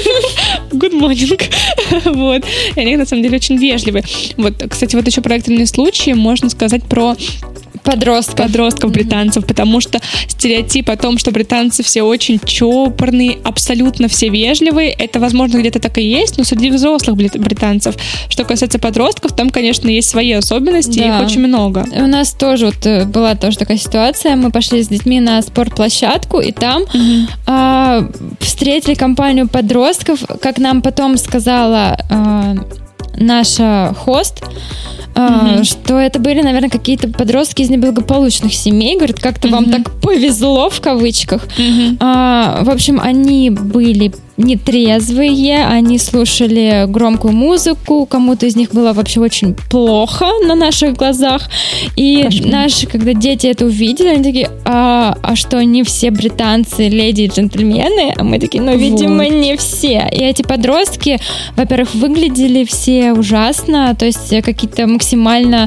good morning, вот, и они на самом деле очень вежливые. Вот, кстати, вот еще про экстренные случаи можно сказать про Подростков. Подростков британцев, mm-hmm. потому что стереотип о том, что британцы все очень чопорные, абсолютно все вежливые, это, возможно, где-то так и есть, но среди взрослых британцев. Что касается подростков, там, конечно, есть свои особенности, да. Их очень много. У нас тоже вот была тоже такая ситуация, мы пошли с детьми на спортплощадку, и там mm-hmm. а, встретили компанию подростков, как нам потом сказала а, наша хост, Uh-huh. что это были, наверное, какие-то подростки из неблагополучных семей. Говорят, как-то uh-huh. вам так повезло, в кавычках. Uh-huh. А, в общем, они были нетрезвые, они слушали громкую музыку, кому-то из них было вообще очень плохо на наших глазах. И Кошмар. Наши, когда дети это увидели, они такие: а, а что, не все британцы леди и джентльмены? А мы такие: ну, видимо, вот. Не все. И эти подростки, во-первых, выглядели все ужасно, то есть какие-то максимально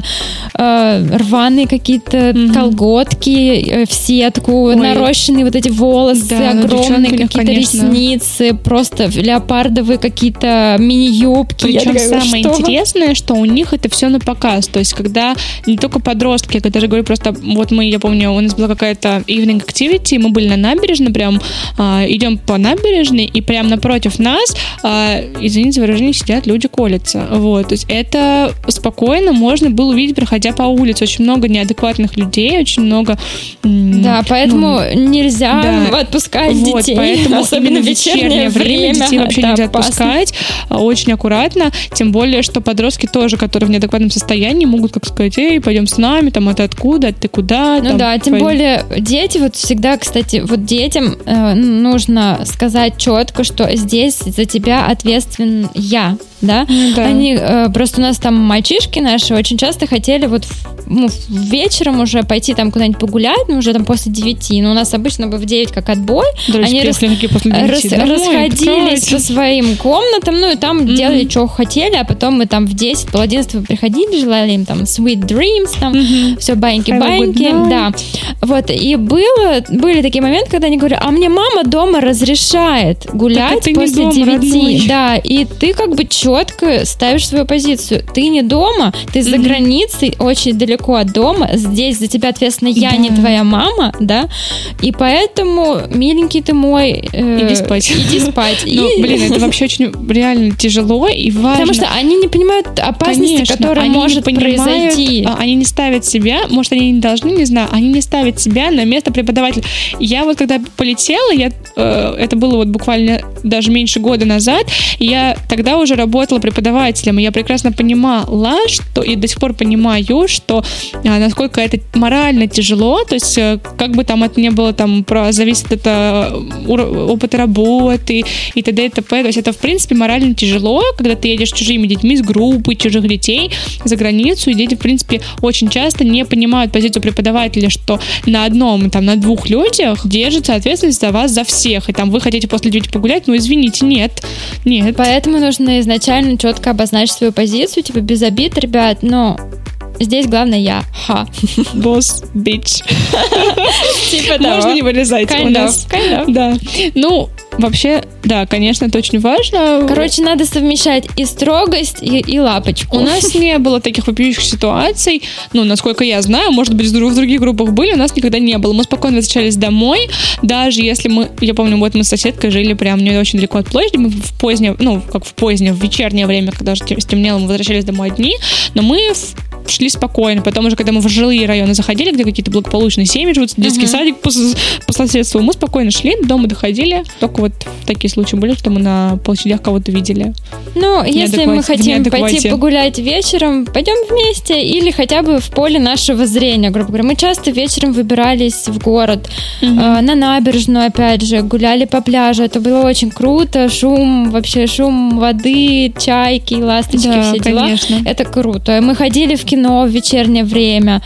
э, рваные какие-то mm-hmm. колготки э, в сетку, Ой. нарощенные вот эти волосы, да, огромные какие-то конечно. ресницы, просто леопардовые какие-то мини-юбки. Причем такая, самое что? интересное, что у них это все на показ. То есть, когда не только подростки, я даже говорю, просто вот мы, я помню, у нас была какая-то evening activity, мы были на набережной, прям а, идем по набережной, и прям напротив нас, а, извините за выражение, сидят люди, колятся. Вот. То есть, это спокойно можно было увидеть, проходя по улице. Очень много неадекватных людей, очень много... Да, поэтому ну, нельзя да. отпускать вот, детей, поэтому особенно в вечернее время, время детей вообще нельзя опасно. отпускать, очень аккуратно, тем более, что подростки тоже, которые в неадекватном состоянии, могут, как сказать: эй, пойдем с нами, там, а ты откуда, а ты куда? Ну там, да, тем пойдем. более дети, вот всегда, кстати, вот детям э, нужно сказать четко, что здесь за тебя ответственен я, да? Ну, да. Они, э, просто у нас там мальчишки наши очень часто хотели вот ну, вечером уже пойти там куда-нибудь погулять, ну, уже там после девяти, но у нас обычно бы в девять как отбой. Дорогие, они рас, после рас, расходились по своим комнатам, ну и там mm-hmm. делали, что хотели, а потом мы там в десять, пол одиннадцатого приходили, желали им там sweet dreams, там mm-hmm. все баньки-баньки, да. Вот, и было, были такие моменты, когда они говорят: а мне мама дома разрешает гулять после девяти, да, и ты как бы четко ставишь свою позицию. Ты не дома, ты mm-hmm. за границей, очень далеко от дома, здесь за тебя ответственна я, да. не твоя мама, да, и поэтому, миленький ты мой, э, иди спать. Иди спать. Ну, и... блин, это вообще очень реально тяжело и важно. Потому что они не понимают опасности, Конечно, которая может произойти. Они не ставят себя, может, они не должны, не знаю, они не ставят себя на место преподавателя. Я вот когда полетела, я, э, это было вот буквально даже меньше года назад, и я тогда уже работала преподавателем, и я прекрасно понимала, что, и до сих пор понимаю, что а, насколько это морально тяжело, то есть как бы там это не было, там, про, зависит от а, опыта работы и т.д. и т.п. То есть это, в принципе, морально тяжело, когда ты едешь с чужими детьми, с группой чужих детей за границу, и дети, в принципе, очень часто не понимают позицию преподавателя, что на одном, там, на двух людях держится ответственность за вас, за всех, и там вы хотите после дети погулять, ну, извините, нет, нет. Поэтому нужно изначально четко обозначить свою позицию, типа, без обид, ребят, но здесь главное я. Ха. Босс, бич. Типа того. Можно не вырезать у нас. Да. Ну, вообще, да, конечно, это очень важно. Короче, надо совмещать и строгость, и, и лапочку. У нас не было таких вопиющих ситуаций, ну, насколько я знаю, может быть, в других группах были, у нас никогда не было. Мы спокойно возвращались домой, даже если мы, я помню, вот мы с соседкой жили прям не очень далеко от площади, мы в позднее, ну, как в позднее, в вечернее время, когда уже стемнело, мы возвращались домой одни, но мы шли спокойно. Потом уже, когда мы в жилые районы заходили, где какие-то благополучные семьи живут, детский uh-huh. садик по, по соседству, мы спокойно шли, до дома доходили. Только вот такие случаи были, что мы на площадях кого-то видели. Ну, если мы хотим пойти погулять вечером, пойдем вместе или хотя бы в поле нашего зрения, грубо говоря. Мы часто вечером выбирались в город, uh-huh. э, на набережную, опять же, гуляли по пляжу. Это было очень круто. Шум, вообще шум воды, чайки, ласточки, да, все дела. Конечно. Это круто. Мы ходили в кино в вечернее время.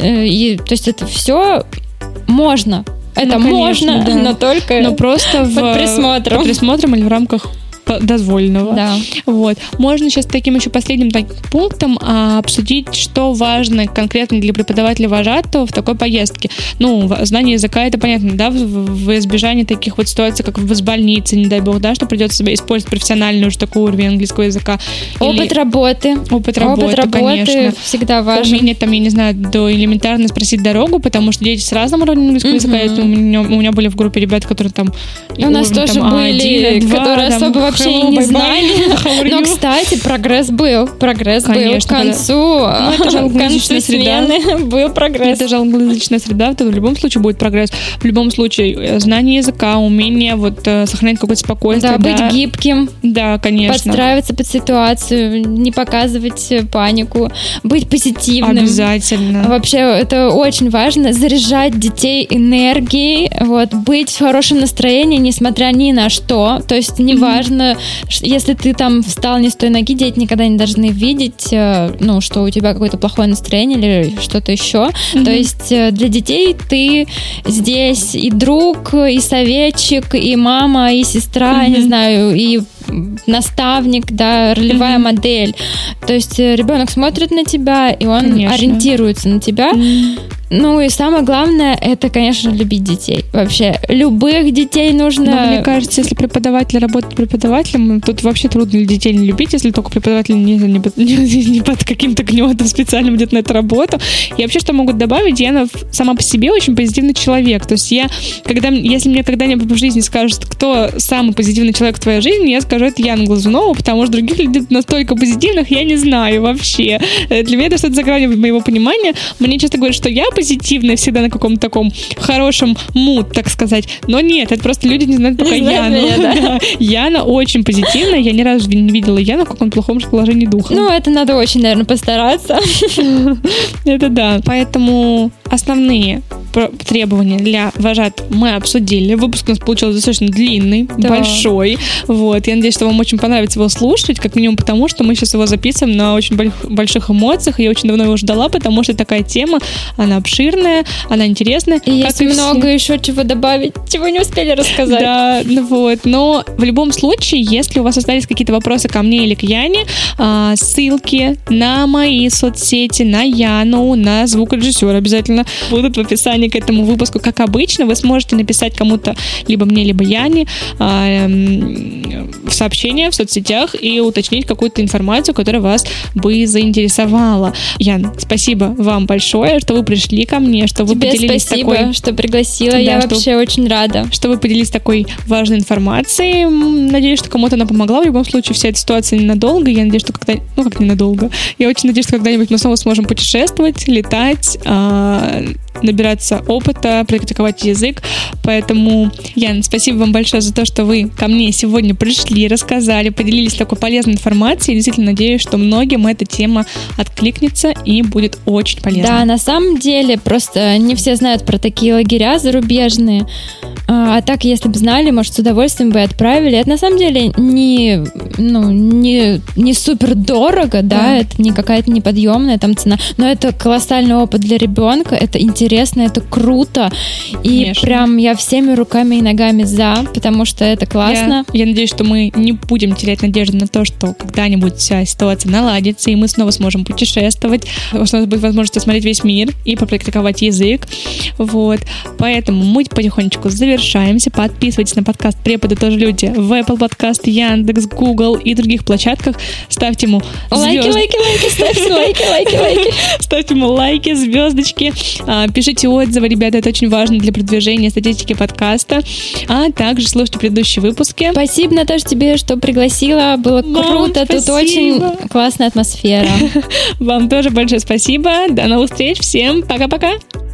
И, то есть это все можно. Это ну, конечно, можно, да. но только но просто под в, присмотром. Под присмотром или в рамках дозволенного. Да. Вот. Можно сейчас таким еще последним таким пунктом а, обсудить, что важно конкретно для преподавателя-вожатого в такой поездке. Ну, знание языка, это понятно, да, в, в избежании таких вот ситуаций, как в больнице, не дай бог, да, что придется себе использовать профессиональный уже такой уровень английского языка. Опыт Или... работы. Опыт работы, Опыт работы конечно. всегда важен. Умение, там, я не знаю, до элементарно спросить дорогу, потому что дети с разным уровнем английского mm-hmm. языка. Это у, меня, у меня были в группе ребята, которые там... И у нас тоже там, были, А один, которые два, особо там, вообще hello, не bye-bye. знали. Но, кстати, прогресс был. Прогресс Конечно, был. К концу, да. Это же англоязычная среда. Был прогресс. Это же англоязычная среда, то в любом случае будет прогресс. В любом случае, знание языка, умение вот сохранять какое-то спокойствие. Да, быть да. гибким. Да, конечно. Подстраиваться под ситуацию, не показывать панику, быть позитивным. Обязательно. Вообще, это очень важно. Заряжать детей энергией, вот, быть в хорошем настроении, несмотря ни на что. То есть, неважно, mm-hmm. если ты там встал не с той ноги, дети никогда не должны видеть, ну, что у тебя какое-то плохое настроение или что-то еще. Mm-hmm. То есть, для детей ты здесь и друг, и советчик, и мама, и сестра, mm-hmm. не знаю, и наставник, да, ролевая mm-hmm. модель. То есть ребенок смотрит на тебя, и он конечно. Ориентируется на тебя. Mm-hmm. Ну и самое главное, это, конечно, любить детей. Вообще, любых детей нужно... Но мне кажется, если преподаватель работает преподавателем, тут вообще трудно детей не любить, если только преподаватель не, не, не, не под каким-то гнетом специально идет на эту работу. И вообще, что могут добавить, Яна сама по себе очень позитивный человек. То есть я, когда, если мне когда-нибудь в жизни скажут, кто самый позитивный человек в твоей жизни, я скажу, это Яна Глазунова, потому что других людей настолько позитивных я не знаю вообще. Для меня это что-то за гранью моего понимания. Мне часто говорят, что я позитивная, всегда на каком-то таком хорошем муд, так сказать. Но нет, это просто люди не знают пока не Яну. Меня, да? Да. Яна очень позитивная, я ни разу не видела Яну в каком-то плохом расположении духа. Ну, это надо очень, наверное, постараться. Это да. Поэтому основные требования для вожатых мы обсудили. Выпуск у нас получился достаточно длинный, да. большой. Вот. Я надеюсь, что вам очень понравится его слушать, как минимум потому, что мы сейчас его записываем на очень больших эмоциях. Я очень давно его ждала, потому что такая тема, она обширная, она интересная. И есть и много все. Еще чего добавить, чего не успели рассказать. Да, ну вот. Но в любом случае, если у вас остались какие-то вопросы ко мне или к Яне, ссылки на мои соцсети, на Яну, на звукорежиссера обязательно будут в описании к этому выпуску. Как обычно, вы сможете написать кому-то, либо мне, либо Яне, в сообщения в соцсетях и уточнить какую-то информацию, которая вас бы заинтересовала. Ян, спасибо вам большое, что вы пришли ко мне, что вы Тебе поделились спасибо, такой... что пригласила, да, я что, вообще очень рада. Что вы поделились такой важной информацией. Надеюсь, что кому-то она помогла. В любом случае, вся эта ситуация ненадолго. Я надеюсь, что когда... Ну, как ненадолго. Я очень надеюсь, что когда-нибудь мы снова сможем путешествовать, летать, набираться опыта, практиковать язык. Поэтому, Ян, спасибо вам большое за то, что вы ко мне сегодня пришли, рассказали, поделились такой полезной информацией. Действительно надеюсь, что многим эта тема откликнется и будет очень полезна. Да, на самом деле, просто не все знают про такие лагеря зарубежные. А, а так, если бы знали, может, с удовольствием бы отправили. Это на самом деле не, ну, не, не супер дорого, да, да, это не какая-то неподъемная там цена, но это колоссальный опыт для ребенка, это интересно, это круто. И Конечно. Прям я всеми руками и ногами за, потому что это классно. Я, я надеюсь, что мы не будем терять надежду на то, что когда-нибудь вся ситуация наладится, и мы снова сможем путешествовать, что у нас будет возможность осмотреть весь мир и попрактиковать язык. Вот. Поэтому мы потихонечку завершаемся. Подписывайтесь на подкаст «Преподы тоже люди» в Apple Podcast, Яндекс, Google и других площадках. Ставьте ему лайки, звезд... лайки, лайки, ставьте лайки, лайки, лайки. Ставьте ему лайки, звездочки. Пишите отзывы, ребята, это очень важно для продвижения статистики подкаста. А также слушайте предыдущие выпуски. Спасибо, Наташа, тебе, что пригласила. Было Мам, круто. Спасибо. Тут очень классная атмосфера. Вам тоже большое спасибо. До новых встреч. Всем пока-пока.